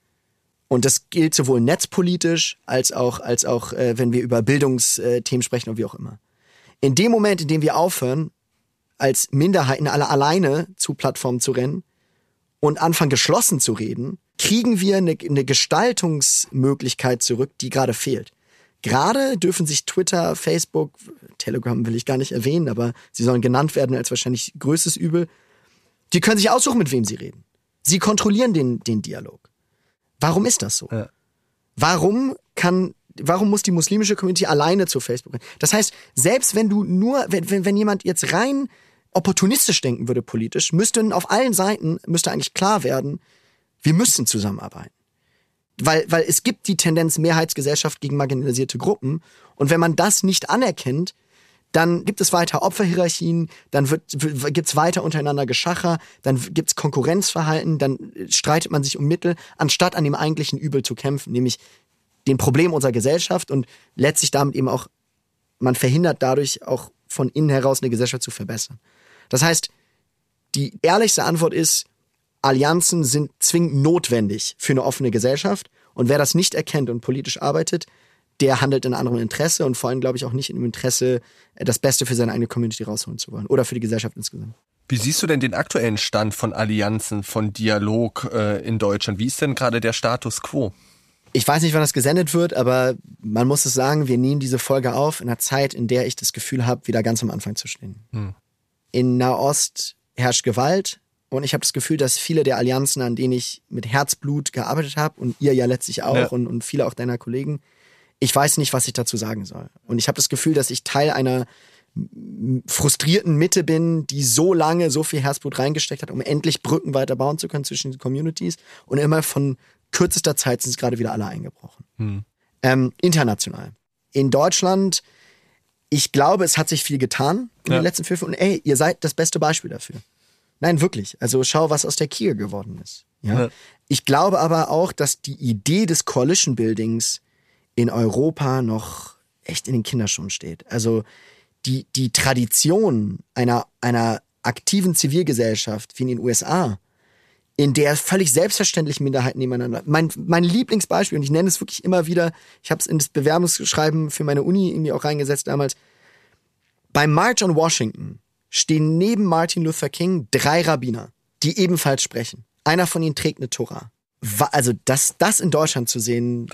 Und das gilt sowohl netzpolitisch als auch wenn wir über Bildungsthemen sprechen oder wie auch immer. In dem Moment, in dem wir aufhören, als Minderheiten alle alleine zu Plattformen zu rennen und anfangen geschlossen zu reden, kriegen wir eine Gestaltungsmöglichkeit zurück, die gerade fehlt. Gerade dürfen sich Twitter, Facebook, Telegram will ich gar nicht erwähnen, aber sie sollen genannt werden als wahrscheinlich größtes Übel. Die können sich aussuchen, mit wem sie reden. Sie kontrollieren den Dialog. Warum ist das so? Ja. Warum muss die muslimische Community alleine zu Facebook rennen? Das heißt, selbst wenn wenn jemand jetzt rein opportunistisch denken würde politisch, müsste auf allen Seiten eigentlich klar werden, wir müssen zusammenarbeiten. Weil es gibt die Tendenz Mehrheitsgesellschaft gegen marginalisierte Gruppen. Und wenn man das nicht anerkennt, dann gibt es weiter Opferhierarchien, dann gibt's weiter untereinander Geschacher, dann gibt's Konkurrenzverhalten, dann streitet man sich um Mittel, anstatt an dem eigentlichen Übel zu kämpfen, nämlich den Problem unserer Gesellschaft und letztlich damit eben auch, man verhindert dadurch auch von innen heraus eine Gesellschaft zu verbessern. Das heißt, die ehrlichste Antwort ist, Allianzen sind zwingend notwendig für eine offene Gesellschaft und wer das nicht erkennt und politisch arbeitet, der handelt in einem anderen Interesse und vor allem, glaube ich, auch nicht im Interesse, das Beste für seine eigene Community rausholen zu wollen oder für die Gesellschaft insgesamt. Wie siehst du denn den aktuellen Stand von Allianzen, von Dialog in Deutschland? Wie ist denn gerade der Status quo? Ich weiß nicht, wann das gesendet wird, aber man muss es sagen, wir nehmen diese Folge auf in einer Zeit, in der ich das Gefühl habe, wieder ganz am Anfang zu stehen. In Nahost herrscht Gewalt und ich habe das Gefühl, dass viele der Allianzen, an denen ich mit Herzblut gearbeitet habe und ihr ja letztlich auch und viele auch deiner Kollegen, ich weiß nicht, was ich dazu sagen soll. Und ich habe das Gefühl, dass ich Teil einer frustrierten Mitte bin, die so lange so viel Herzblut reingesteckt hat, um endlich Brücken weiter bauen zu können zwischen den Communities und immer von kürzester Zeit sind es gerade wieder alle eingebrochen. International. In Deutschland, ich glaube, es hat sich viel getan in den letzten 5 Jahren. Und ihr seid das beste Beispiel dafür. Nein, wirklich. Also schau, was aus der Kiel geworden ist. Ja? Ich glaube aber auch, dass die Idee des Coalition Buildings in Europa noch echt in den Kinderschuhen steht. Also die Tradition einer aktiven Zivilgesellschaft wie in den USA, in der völlig selbstverständlich Minderheiten nebeneinander. Mein Lieblingsbeispiel, und ich nenne es wirklich immer wieder, ich habe es in das Bewerbungsschreiben für meine Uni irgendwie auch reingesetzt damals, beim March on Washington stehen neben Martin Luther King 3 Rabbiner, die ebenfalls sprechen. Einer von ihnen trägt eine Tora. Also das in Deutschland zu sehen,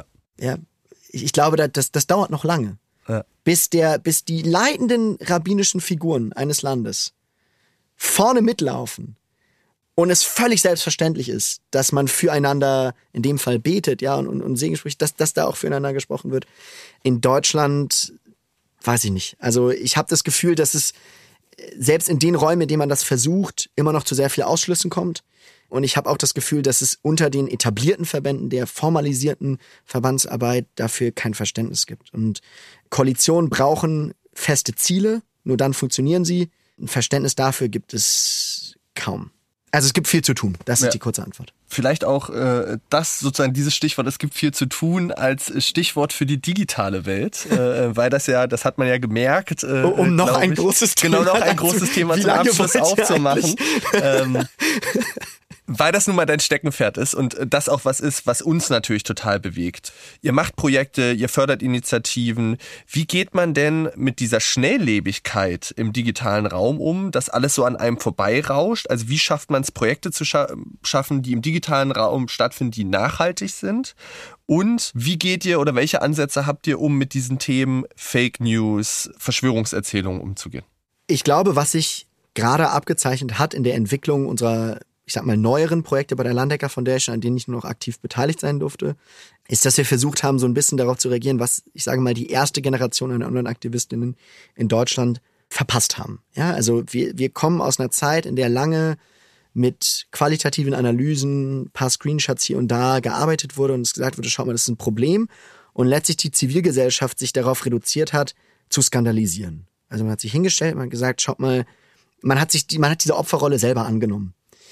ich glaube, das dauert noch lange. Ja. Bis die leitenden rabbinischen Figuren eines Landes vorne mitlaufen und es völlig selbstverständlich ist, dass man füreinander in dem Fall betet, ja, und Segen spricht, dass da auch füreinander gesprochen wird. In Deutschland weiß ich nicht. Also ich habe das Gefühl, dass es selbst in den Räumen, in denen man das versucht, immer noch zu sehr viel Ausschlüssen kommt. Und ich habe auch das Gefühl, dass es unter den etablierten Verbänden der formalisierten Verbandsarbeit dafür kein Verständnis gibt. Und Koalitionen brauchen feste Ziele, nur dann funktionieren sie. Ein Verständnis dafür gibt es kaum. Also es gibt viel zu tun, das ist die kurze Antwort. vielleicht auch das sozusagen dieses Stichwort, es gibt viel zu tun, als Stichwort für die digitale Welt, weil das hat man ja gemerkt. Um noch ein großes Thema, genau, noch ein großes Thema zum Abschluss aufzumachen. Weil das nun mal dein Steckenpferd ist und das auch was ist, was uns natürlich total bewegt. Ihr macht Projekte, ihr fördert Initiativen. Wie geht man denn mit dieser Schnelllebigkeit im digitalen Raum um, dass alles so an einem vorbeirauscht? Also wie schafft man es, Projekte zu schaffen, die im digitalen Raum stattfinden, die nachhaltig sind? Und wie geht ihr oder welche Ansätze habt ihr, um mit diesen Themen Fake News, Verschwörungserzählungen umzugehen? Ich glaube, was sich gerade abgezeichnet hat in der Entwicklung unserer, ich sag mal, neueren Projekte bei der Landecker Foundation, an denen ich nur noch aktiv beteiligt sein durfte, ist, dass wir versucht haben, so ein bisschen darauf zu reagieren, was, ich sage mal, die erste Generation an Online-Aktivistinnen in Deutschland verpasst haben. Ja, also wir kommen aus einer Zeit, in der lange mit qualitativen Analysen, ein paar Screenshots hier und da gearbeitet wurde und es gesagt wurde, schau mal, das ist ein Problem. Und letztlich die Zivilgesellschaft sich darauf reduziert hat, zu skandalisieren. Also man hat sich hingestellt, man hat gesagt, schaut mal, man hat diese Opferrolle selber angenommen.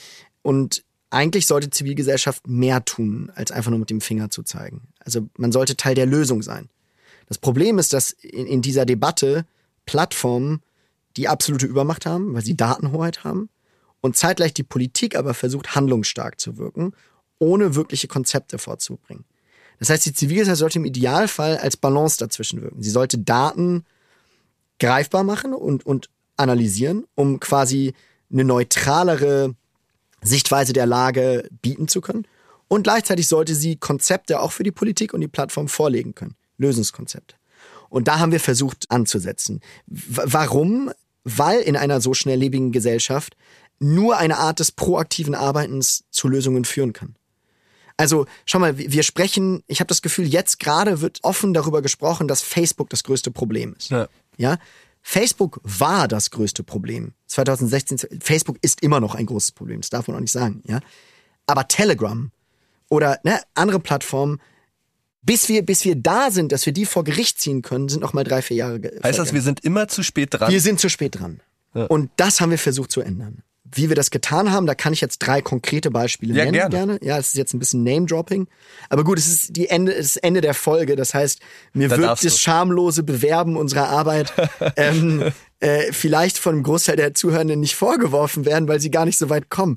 Und eigentlich sollte Zivilgesellschaft mehr tun, als einfach nur mit dem Finger zu zeigen. Also man sollte Teil der Lösung sein. Das Problem ist, dass in dieser Debatte Plattformen die absolute Übermacht haben, weil sie Datenhoheit haben und zeitgleich die Politik aber versucht, handlungsstark zu wirken, ohne wirkliche Konzepte vorzubringen. Das heißt, die Zivilgesellschaft sollte im Idealfall als Balance dazwischen wirken. Sie sollte Daten greifbar machen und analysieren, um quasi eine neutralere Sichtweise der Lage bieten zu können. Und gleichzeitig sollte sie Konzepte auch für die Politik und die Plattform vorlegen können. Lösungskonzepte. Und da haben wir versucht anzusetzen. Warum? Weil in einer so schnelllebigen Gesellschaft nur eine Art des proaktiven Arbeitens zu Lösungen führen kann. Also, schau mal, wir sprechen, ich habe das Gefühl, jetzt gerade wird offen darüber gesprochen, dass Facebook das größte Problem ist. Ja? Facebook war das größte Problem. 2016, Facebook ist immer noch ein großes Problem, das darf man auch nicht sagen. Ja? Aber Telegram oder andere Plattformen, bis wir da sind, dass wir die vor Gericht ziehen können, sind noch mal 3-4 Jahre. Heißt das, wir sind immer zu spät dran? Wir sind zu spät dran. Ja. Und das haben wir versucht zu ändern. Wie wir das getan haben, da kann ich jetzt 3 konkrete Beispiele nennen. Gerne. Ja, es ist jetzt ein bisschen Name-Dropping. Aber gut, es ist das Ende der Folge. Das heißt, mir wird das schamlose Bewerben unserer Arbeit vielleicht von einem Großteil der Zuhörenden nicht vorgeworfen werden, weil sie gar nicht so weit kommen.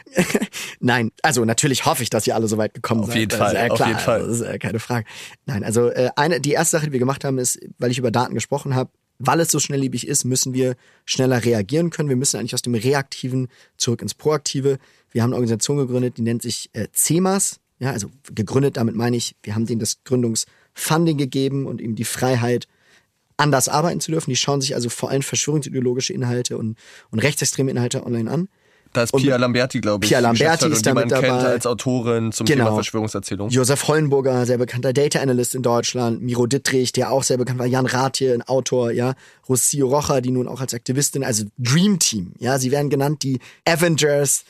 Nein, also natürlich hoffe ich, dass ihr alle so weit gekommen seid. Auf jeden Fall, klar, auf jeden Fall. Das ist keine Frage. Nein, also die erste Sache, die wir gemacht haben, ist, weil ich über Daten gesprochen habe, weil es so schnelllebig ist, müssen wir schneller reagieren können. Wir müssen eigentlich aus dem Reaktiven zurück ins Proaktive. Wir haben eine Organisation gegründet, die nennt sich CEMAS. Ja, also gegründet, damit meine ich, wir haben denen das Gründungsfunding gegeben und ihm die Freiheit, anders arbeiten zu dürfen. Die schauen sich also vor allem verschwörungsideologische Inhalte und rechtsextreme Inhalte online an. Da ist Pia Lamberti, glaube ich. Pia Lamberti ist damit dabei. Kennt als Autorin zum Thema Verschwörungserzählung. Josef Hollenburger, sehr bekannter Data Analyst in Deutschland. Miro Dittrich, der auch sehr bekannt war. Jan Rathje, ein Autor, ja. Rocio Rocha, die nun auch als Aktivistin, also Dream Team, ja. Sie werden genannt die Avengers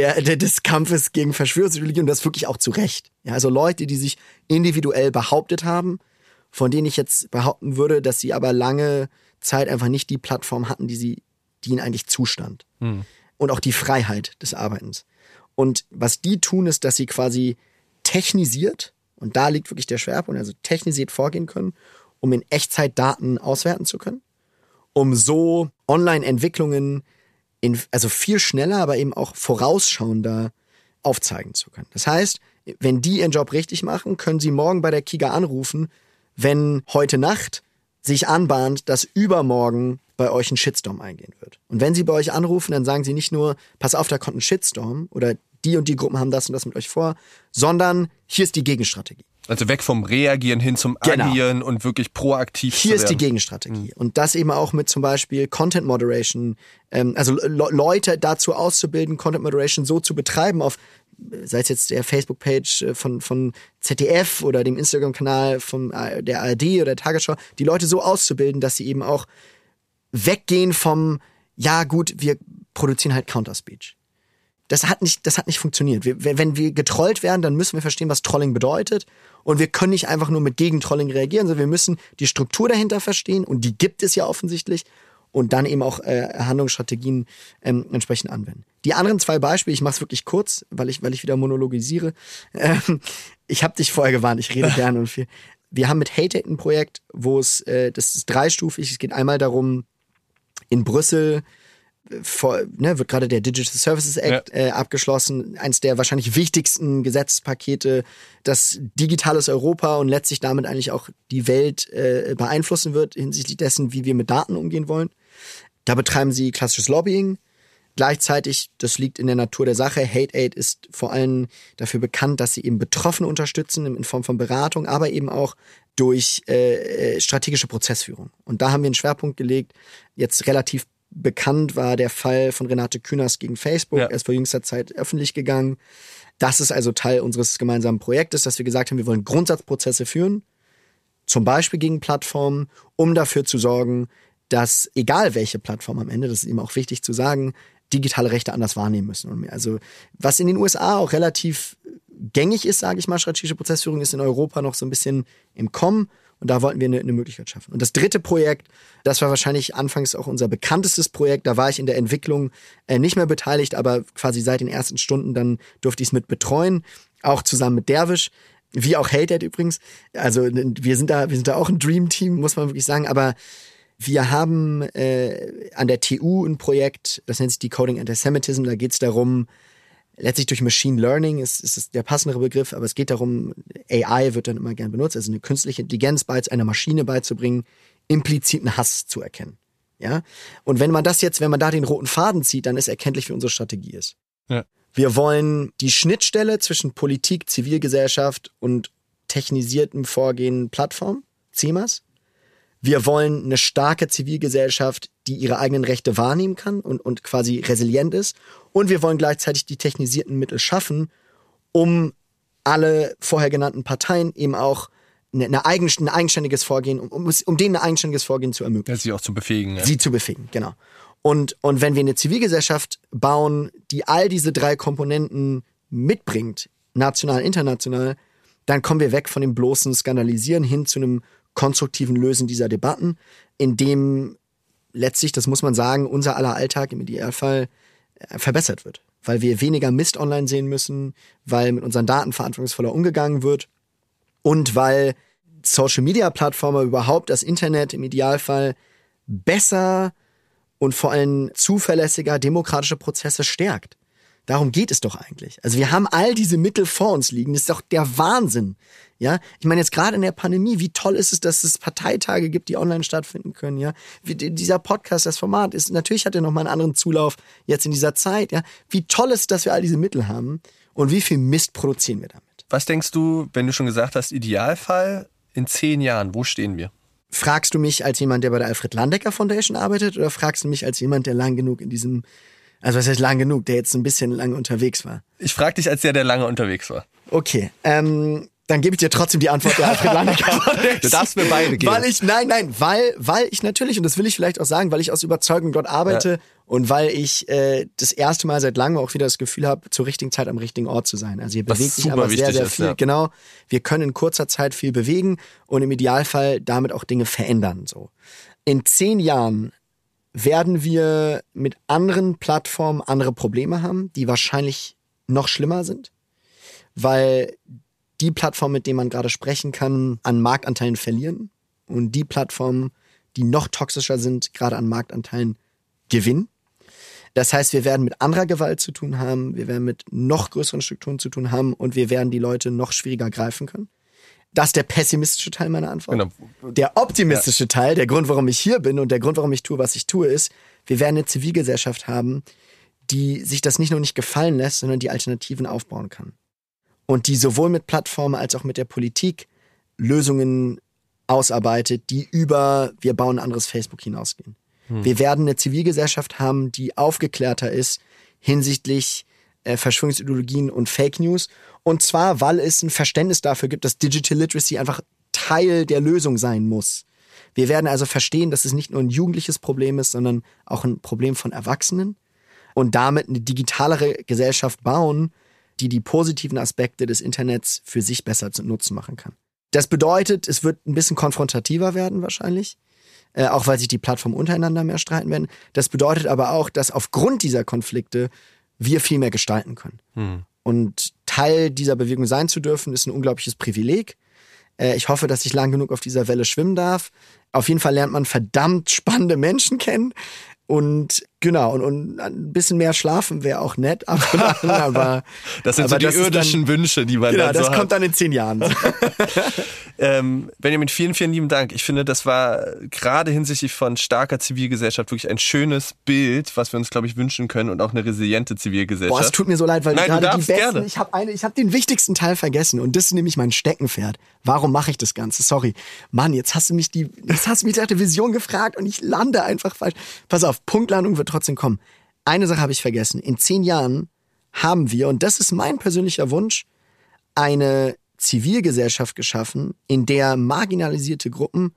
des Kampfes gegen Verschwörungsideologie und das wirklich auch zu Recht. Ja, also Leute, die sich individuell behauptet haben, von denen ich jetzt behaupten würde, dass sie aber lange Zeit einfach nicht die Plattform hatten, die ihnen eigentlich zustand. Und auch die Freiheit des Arbeitens. Und was die tun, ist, dass sie quasi technisiert, und da liegt wirklich der Schwerpunkt, also technisiert vorgehen können, um in Echtzeit Daten auswerten zu können, um so Online-Entwicklungen also viel schneller, aber eben auch vorausschauender aufzeigen zu können. Das heißt, wenn die ihren Job richtig machen, können sie morgen bei der Kiga anrufen, wenn heute Nacht sich anbahnt, dass übermorgen bei euch ein Shitstorm eingehen wird. Und wenn sie bei euch anrufen, dann sagen sie nicht nur, pass auf, da kommt ein Shitstorm oder die und die Gruppen haben das und das mit euch vor, sondern hier ist die Gegenstrategie. Also weg vom Reagieren hin zum Agieren und wirklich proaktiv zu werden. Hier ist die Gegenstrategie. Und das eben auch mit zum Beispiel Content Moderation, also Leute dazu auszubilden, Content Moderation so zu betreiben auf, sei es jetzt der Facebook-Page von ZDF oder dem Instagram-Kanal von der ARD oder der Tagesschau, die Leute so auszubilden, dass sie eben auch weggehen vom, ja gut, wir produzieren halt Counterspeech. Das hat nicht funktioniert. Wenn wir getrollt werden, dann müssen wir verstehen, was Trolling bedeutet. Und wir können nicht einfach nur mit Gegentrolling reagieren, sondern wir müssen die Struktur dahinter verstehen. Und die gibt es ja offensichtlich. und dann eben auch Handlungsstrategien entsprechend anwenden. Die anderen 2 Beispiele, ich mache es wirklich kurz, weil ich wieder monologisiere. Ich habe dich vorher gewarnt, ich rede gerne und viel. Wir haben mit Hate ein Projekt, wo das ist 3-stufig. Es geht einmal darum, in Brüssel wird gerade der Digital Services Act abgeschlossen, eins der wahrscheinlich wichtigsten Gesetzespakete, das digitales Europa und letztlich damit eigentlich auch die Welt beeinflussen wird hinsichtlich dessen, wie wir mit Daten umgehen wollen. Da betreiben sie klassisches Lobbying. Gleichzeitig, das liegt in der Natur der Sache, HateAid ist vor allem dafür bekannt, dass sie eben Betroffene unterstützen in Form von Beratung, aber eben auch durch strategische Prozessführung. Und da haben wir einen Schwerpunkt gelegt. Jetzt relativ bekannt war der Fall von Renate Künast gegen Facebook. Er ist vor jüngster Zeit öffentlich gegangen. Das ist also Teil unseres gemeinsamen Projektes, dass wir gesagt haben, wir wollen Grundsatzprozesse führen, zum Beispiel gegen Plattformen, um dafür zu sorgen, dass egal welche Plattform am Ende, das ist eben auch wichtig zu sagen, digitale Rechte anders wahrnehmen müssen und mehr. Also was in den USA auch relativ gängig ist, sage ich mal, strategische Prozessführung ist in Europa noch so ein bisschen im Kommen. Und da wollten wir eine Möglichkeit schaffen. Und das 3. Projekt, das war wahrscheinlich anfangs auch unser bekanntestes Projekt. Da war ich in der Entwicklung nicht mehr beteiligt, aber quasi seit den ersten Stunden dann durfte ich es mit betreuen. Auch zusammen mit Derwisch, wie auch HateAid übrigens. Also wir sind da auch ein Dream-Team, muss man wirklich sagen. Aber wir haben an der TU ein Projekt, das nennt sich Decoding Antisemitism. Da geht es darum, letztlich durch Machine Learning ist der passendere Begriff, aber es geht darum, AI wird dann immer gern benutzt, also eine künstliche Intelligenz einer Maschine beizubringen, impliziten Hass zu erkennen. Ja? Und wenn man da den roten Faden zieht, dann ist erkenntlich, wie unsere Strategie ist. Ja. Wir wollen die Schnittstelle zwischen Politik, Zivilgesellschaft und technisiertem Vorgehen Plattform, CEMAS. Wir wollen eine starke Zivilgesellschaft, die ihre eigenen Rechte wahrnehmen kann und quasi resilient ist. Und wir wollen gleichzeitig die technisierten Mittel schaffen, um alle vorher genannten Parteien eben auch ein eigenständiges Vorgehen, um denen ein eigenständiges Vorgehen zu ermöglichen. Ja, sie auch zu befähigen. Ja. Sie zu befähigen, genau. Und wenn wir eine Zivilgesellschaft bauen, die all diese 3 Komponenten mitbringt, national, international, dann kommen wir weg von dem bloßen Skandalisieren hin zu einem konstruktiven Lösen dieser Debatten, in dem letztlich, das muss man sagen, unser aller Alltag im Idealfall verbessert wird. Weil wir weniger Mist online sehen müssen, weil mit unseren Daten verantwortungsvoller umgegangen wird und weil Social-Media-Plattformen überhaupt das Internet im Idealfall besser und vor allem zuverlässiger demokratische Prozesse stärkt. Darum geht es doch eigentlich. Also wir haben all diese Mittel vor uns liegen. Das ist doch der Wahnsinn. Ja, ich meine jetzt gerade in der Pandemie, wie toll ist es, dass es Parteitage gibt, die online stattfinden können. Ja, dieser Podcast, das Format ist natürlich hat er noch mal einen anderen Zulauf jetzt in dieser Zeit. Ja, wie toll ist, dass wir all diese Mittel haben und wie viel Mist produzieren wir damit? Was denkst du, wenn du schon gesagt hast, Idealfall in 10 Jahren, wo stehen wir? Fragst du mich als jemand, der bei der Alfred Landecker Foundation arbeitet, oder fragst du mich als jemand, der lang genug in diesem Also was heißt lang genug, der jetzt ein bisschen lang unterwegs war? Ich frage dich als der lange unterwegs war. Okay, dann gebe ich dir trotzdem die Antwort der Alfred Landecker. Du darfst mir beide geben. Weil ich natürlich, und das will ich vielleicht auch sagen, weil ich aus Überzeugung dort arbeite und weil ich das erste Mal seit langem auch wieder das Gefühl habe, zur richtigen Zeit am richtigen Ort zu sein. Also hier bewegt sich aber sehr, sehr viel. Ja. Genau, wir können in kurzer Zeit viel bewegen und im Idealfall damit auch Dinge verändern. So. In 10 Jahren werden wir mit anderen Plattformen andere Probleme haben, die wahrscheinlich noch schlimmer sind, weil die Plattformen, mit denen man gerade sprechen kann, an Marktanteilen verlieren und die Plattformen, die noch toxischer sind, gerade an Marktanteilen gewinnen. Das heißt, wir werden mit anderer Gewalt zu tun haben, wir werden mit noch größeren Strukturen zu tun haben und wir werden die Leute noch schwieriger greifen können. Das ist der pessimistische Teil meiner Antwort. Genau. Der optimistische Teil, der Grund, warum ich hier bin und der Grund, warum ich tue, was ich tue, ist, wir werden eine Zivilgesellschaft haben, die sich das nicht nur nicht gefallen lässt, sondern die Alternativen aufbauen kann. Und die sowohl mit Plattformen als auch mit der Politik Lösungen ausarbeitet, die über wir bauen ein anderes Facebook hinausgehen. Wir werden eine Zivilgesellschaft haben, die aufgeklärter ist hinsichtlich Verschwörungsideologien und Fake News. Und zwar, weil es ein Verständnis dafür gibt, dass Digital Literacy einfach Teil der Lösung sein muss. Wir werden also verstehen, dass es nicht nur ein jugendliches Problem ist, sondern auch ein Problem von Erwachsenen und damit eine digitalere Gesellschaft bauen, die die positiven Aspekte des Internets für sich besser zu nutzen machen kann. Das bedeutet, es wird ein bisschen konfrontativer werden wahrscheinlich. auch weil sich die Plattformen untereinander mehr streiten werden. Das bedeutet aber auch, dass aufgrund dieser Konflikte wir viel mehr gestalten können. Und Teil dieser Bewegung sein zu dürfen, ist ein unglaubliches Privileg. Ich hoffe, dass ich lang genug auf dieser Welle schwimmen darf. Auf jeden Fall lernt man verdammt spannende Menschen kennen. Und genau, und ein bisschen mehr schlafen wäre auch nett. Aber das sind so die irdischen Wünsche, die man dann so hat. Genau, das kommt dann in 10 Jahren. Benjamin, vielen, vielen lieben Dank. Ich finde, das war gerade hinsichtlich von starker Zivilgesellschaft wirklich ein schönes Bild, was wir uns, glaube ich, wünschen können und auch eine resiliente Zivilgesellschaft. Boah, es tut mir so leid, weil Nein, gerade du die besten, gerne. ich habe den wichtigsten Teil vergessen und das ist nämlich mein Steckenpferd. Warum mache ich das Ganze? Sorry. Mann, jetzt hast du mich nach der Vision gefragt und ich lande einfach falsch. Pass auf, Punktlandung wird trotzdem kommen. Eine Sache habe ich vergessen. In 10 Jahren haben wir, und das ist mein persönlicher Wunsch, eine Zivilgesellschaft geschaffen, in der marginalisierte Gruppen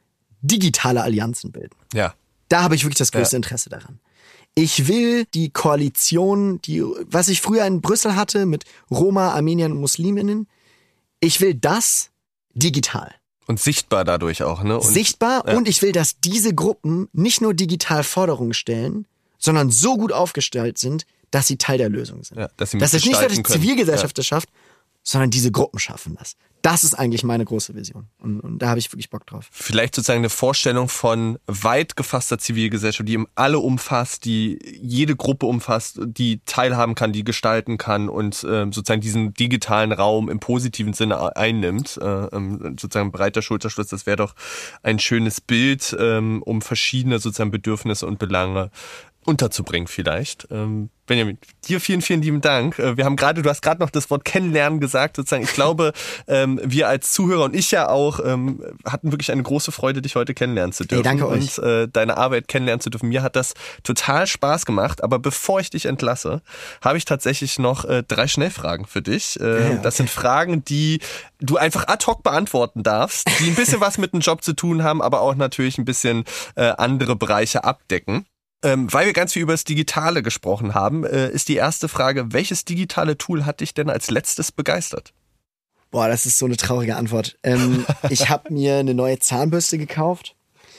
digitale Allianzen bilden. Ja. Da habe ich wirklich das größte Interesse daran. Ich will die Koalition, was ich früher in Brüssel hatte mit Roma, Armeniern und Musliminnen, ich will das digital. Und sichtbar dadurch auch, ne? Sichtbar und ich will, dass diese Gruppen nicht nur digital Forderungen stellen, sondern so gut aufgestellt sind, dass sie Teil der Lösung sind. Ja, dass es nicht nur die Zivilgesellschaft das schafft, sondern diese Gruppen schaffen das. Das ist eigentlich meine große Vision. Und da habe ich wirklich Bock drauf. Vielleicht sozusagen eine Vorstellung von weit gefasster Zivilgesellschaft, die eben alle umfasst, die jede Gruppe umfasst, die teilhaben kann, die gestalten kann und sozusagen diesen digitalen Raum im positiven Sinne einnimmt. Sozusagen breiter Schulterschluss, das wäre doch ein schönes Bild, um verschiedene sozusagen Bedürfnisse und Belange unterzubringen vielleicht. Benjamin, dir vielen, vielen lieben Dank. Du hast gerade noch das Wort Kennenlernen gesagt, sozusagen. Ich glaube, wir als Zuhörer und ich ja auch hatten wirklich eine große Freude, dich heute kennenlernen zu dürfen. Hey, danke euch. Und deine Arbeit kennenlernen zu dürfen. Mir hat das total Spaß gemacht. Aber bevor ich dich entlasse, habe ich tatsächlich noch 3 Schnellfragen für dich. Okay. Das sind Fragen, die du einfach ad hoc beantworten darfst, die ein bisschen was mit dem Job zu tun haben, aber auch natürlich ein bisschen andere Bereiche abdecken. Weil wir ganz viel über das Digitale gesprochen haben, ist die erste Frage, welches digitale Tool hat dich denn als letztes begeistert? Boah, das ist so eine traurige Antwort. Ich habe mir eine neue Zahnbürste gekauft,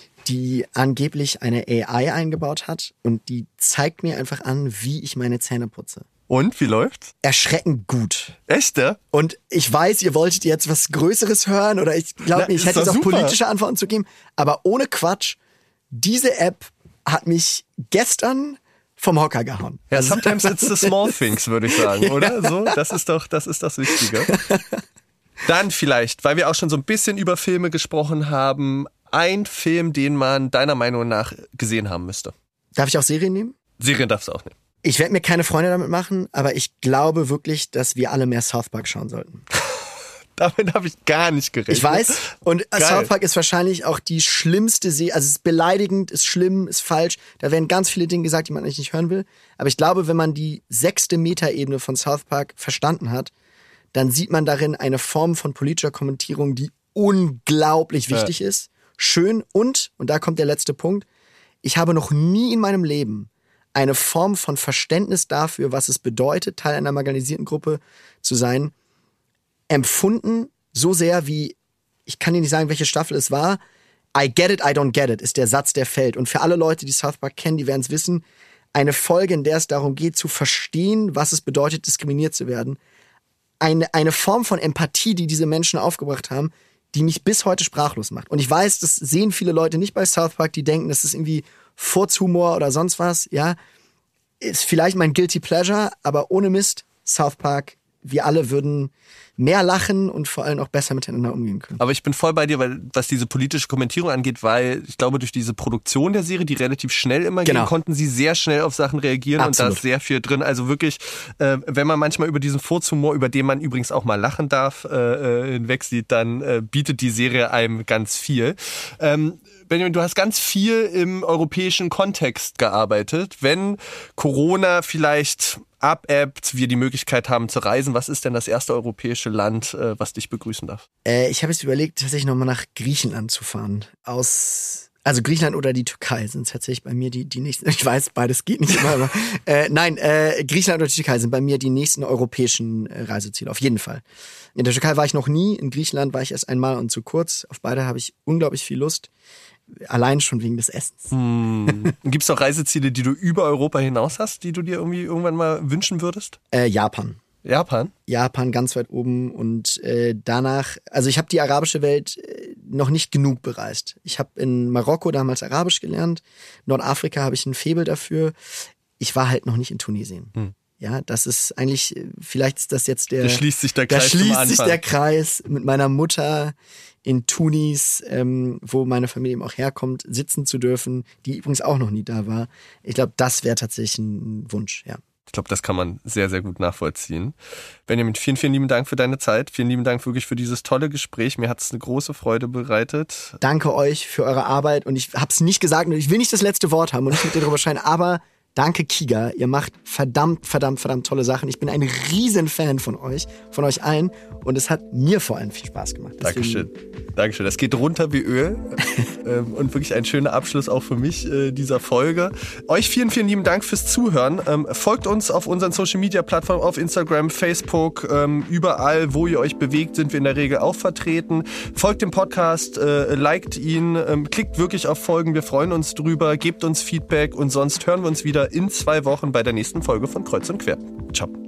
die angeblich eine AI eingebaut hat und die zeigt mir einfach an, wie ich meine Zähne putze. Und, wie läuft's? Erschreckend gut. Echt, ja? Und ich weiß, ihr wolltet jetzt was Größeres hören oder ich glaube, ich hätte jetzt auch politische Antworten zu geben, aber ohne Quatsch, diese App hat mich gestern vom Hocker gehauen. Ja, sometimes it's the small things, würde ich sagen, oder? So, das ist das Wichtige. Dann vielleicht, weil wir auch schon so ein bisschen über Filme gesprochen haben, ein Film, den man deiner Meinung nach gesehen haben müsste. Darf ich auch Serien nehmen? Serien darfst du auch nehmen. Ich werde mir keine Freunde damit machen, aber ich glaube wirklich, dass wir alle mehr South Park schauen sollten. Damit habe ich gar nicht gerechnet. Ich weiß. Und geil. South Park ist wahrscheinlich auch die schlimmste Serie. Also es ist beleidigend, ist schlimm, ist falsch. Da werden ganz viele Dinge gesagt, die man eigentlich nicht hören will. Aber ich glaube, wenn man die 6. Metaebene von South Park verstanden hat, dann sieht man darin eine Form von politischer Kommentierung, die unglaublich wichtig ist. Schön und da kommt der letzte Punkt, ich habe noch nie in meinem Leben eine Form von Verständnis dafür, was es bedeutet, Teil einer marginalisierten Gruppe zu sein, empfunden, so sehr wie, ich kann dir nicht sagen, welche Staffel es war, I get it, I don't get it, ist der Satz, der fällt. Und für alle Leute, die South Park kennen, die werden es wissen, eine Folge, in der es darum geht, zu verstehen, was es bedeutet, diskriminiert zu werden. Eine Form von Empathie, die diese Menschen aufgebracht haben, die mich bis heute sprachlos macht. Und ich weiß, das sehen viele Leute nicht bei South Park, die denken, das ist irgendwie Furzhumor oder sonst was, ja. Ist vielleicht mein Guilty Pleasure, aber ohne Mist, South Park, wir alle würden mehr lachen und vor allem auch besser miteinander umgehen können. Aber ich bin voll bei dir, was diese politische Kommentierung angeht, weil ich glaube, durch diese Produktion der Serie, die relativ schnell immer ging, konnten sie sehr schnell auf Sachen reagieren. Absolut. Und da ist sehr viel drin. Also wirklich, wenn man manchmal über diesen Furzhumor, über den man übrigens auch mal lachen darf, hinwegsieht, dann bietet die Serie einem ganz viel. Benjamin, du hast ganz viel im europäischen Kontext gearbeitet. Wenn Corona vielleicht abebbt, wir die Möglichkeit haben zu reisen, was ist denn das erste europäische Land, was dich begrüßen darf? Ich habe jetzt überlegt, tatsächlich nochmal nach Griechenland zu fahren. Aus Also Griechenland oder die Türkei sind tatsächlich bei mir die nächsten, ich weiß, beides geht nicht immer, aber Griechenland oder die Türkei sind bei mir die nächsten europäischen Reiseziele, auf jeden Fall. In der Türkei war ich noch nie, in Griechenland war ich erst einmal und zu kurz. Auf beide habe ich unglaublich viel Lust, allein schon wegen des Essens. Gibt es auch Reiseziele, die du über Europa hinaus hast, die du dir irgendwie irgendwann mal wünschen würdest? Japan. Japan ganz weit oben und danach, also ich habe die arabische Welt noch nicht genug bereist. Ich habe in Marokko damals Arabisch gelernt, Nordafrika habe ich ein Faible dafür. Ich war halt noch nicht in Tunesien. Ja, das ist eigentlich, vielleicht ist das jetzt da schließt sich der Kreis. Da schließt sich der Kreis mit meiner Mutter in Tunis, wo meine Familie eben auch herkommt, sitzen zu dürfen, die übrigens auch noch nie da war. Ich glaube, das wäre tatsächlich ein Wunsch, ja. Ich glaube, das kann man sehr, sehr gut nachvollziehen. Benjamin, vielen, vielen lieben Dank für deine Zeit. Vielen lieben Dank wirklich für dieses tolle Gespräch. Mir hat es eine große Freude bereitet. Danke euch für eure Arbeit und ich habe es nicht gesagt und ich will nicht das letzte Wort haben und nicht mit dir darüber scheinen, aber danke Kiga, ihr macht verdammt tolle Sachen. Ich bin ein riesen Fan von euch allen und es hat mir vor allem viel Spaß gemacht. Dankeschön. Das geht runter wie Öl und wirklich ein schöner Abschluss auch für mich dieser Folge. Euch vielen, vielen lieben Dank fürs Zuhören. Folgt uns auf unseren Social-Media-Plattformen, auf Instagram, Facebook, überall, wo ihr euch bewegt, sind wir in der Regel auch vertreten. Folgt dem Podcast, liked ihn, klickt wirklich auf Folgen, wir freuen uns drüber, gebt uns Feedback und sonst hören wir uns wieder in 2 Wochen bei der nächsten Folge von Kreuz und Quer. Ciao.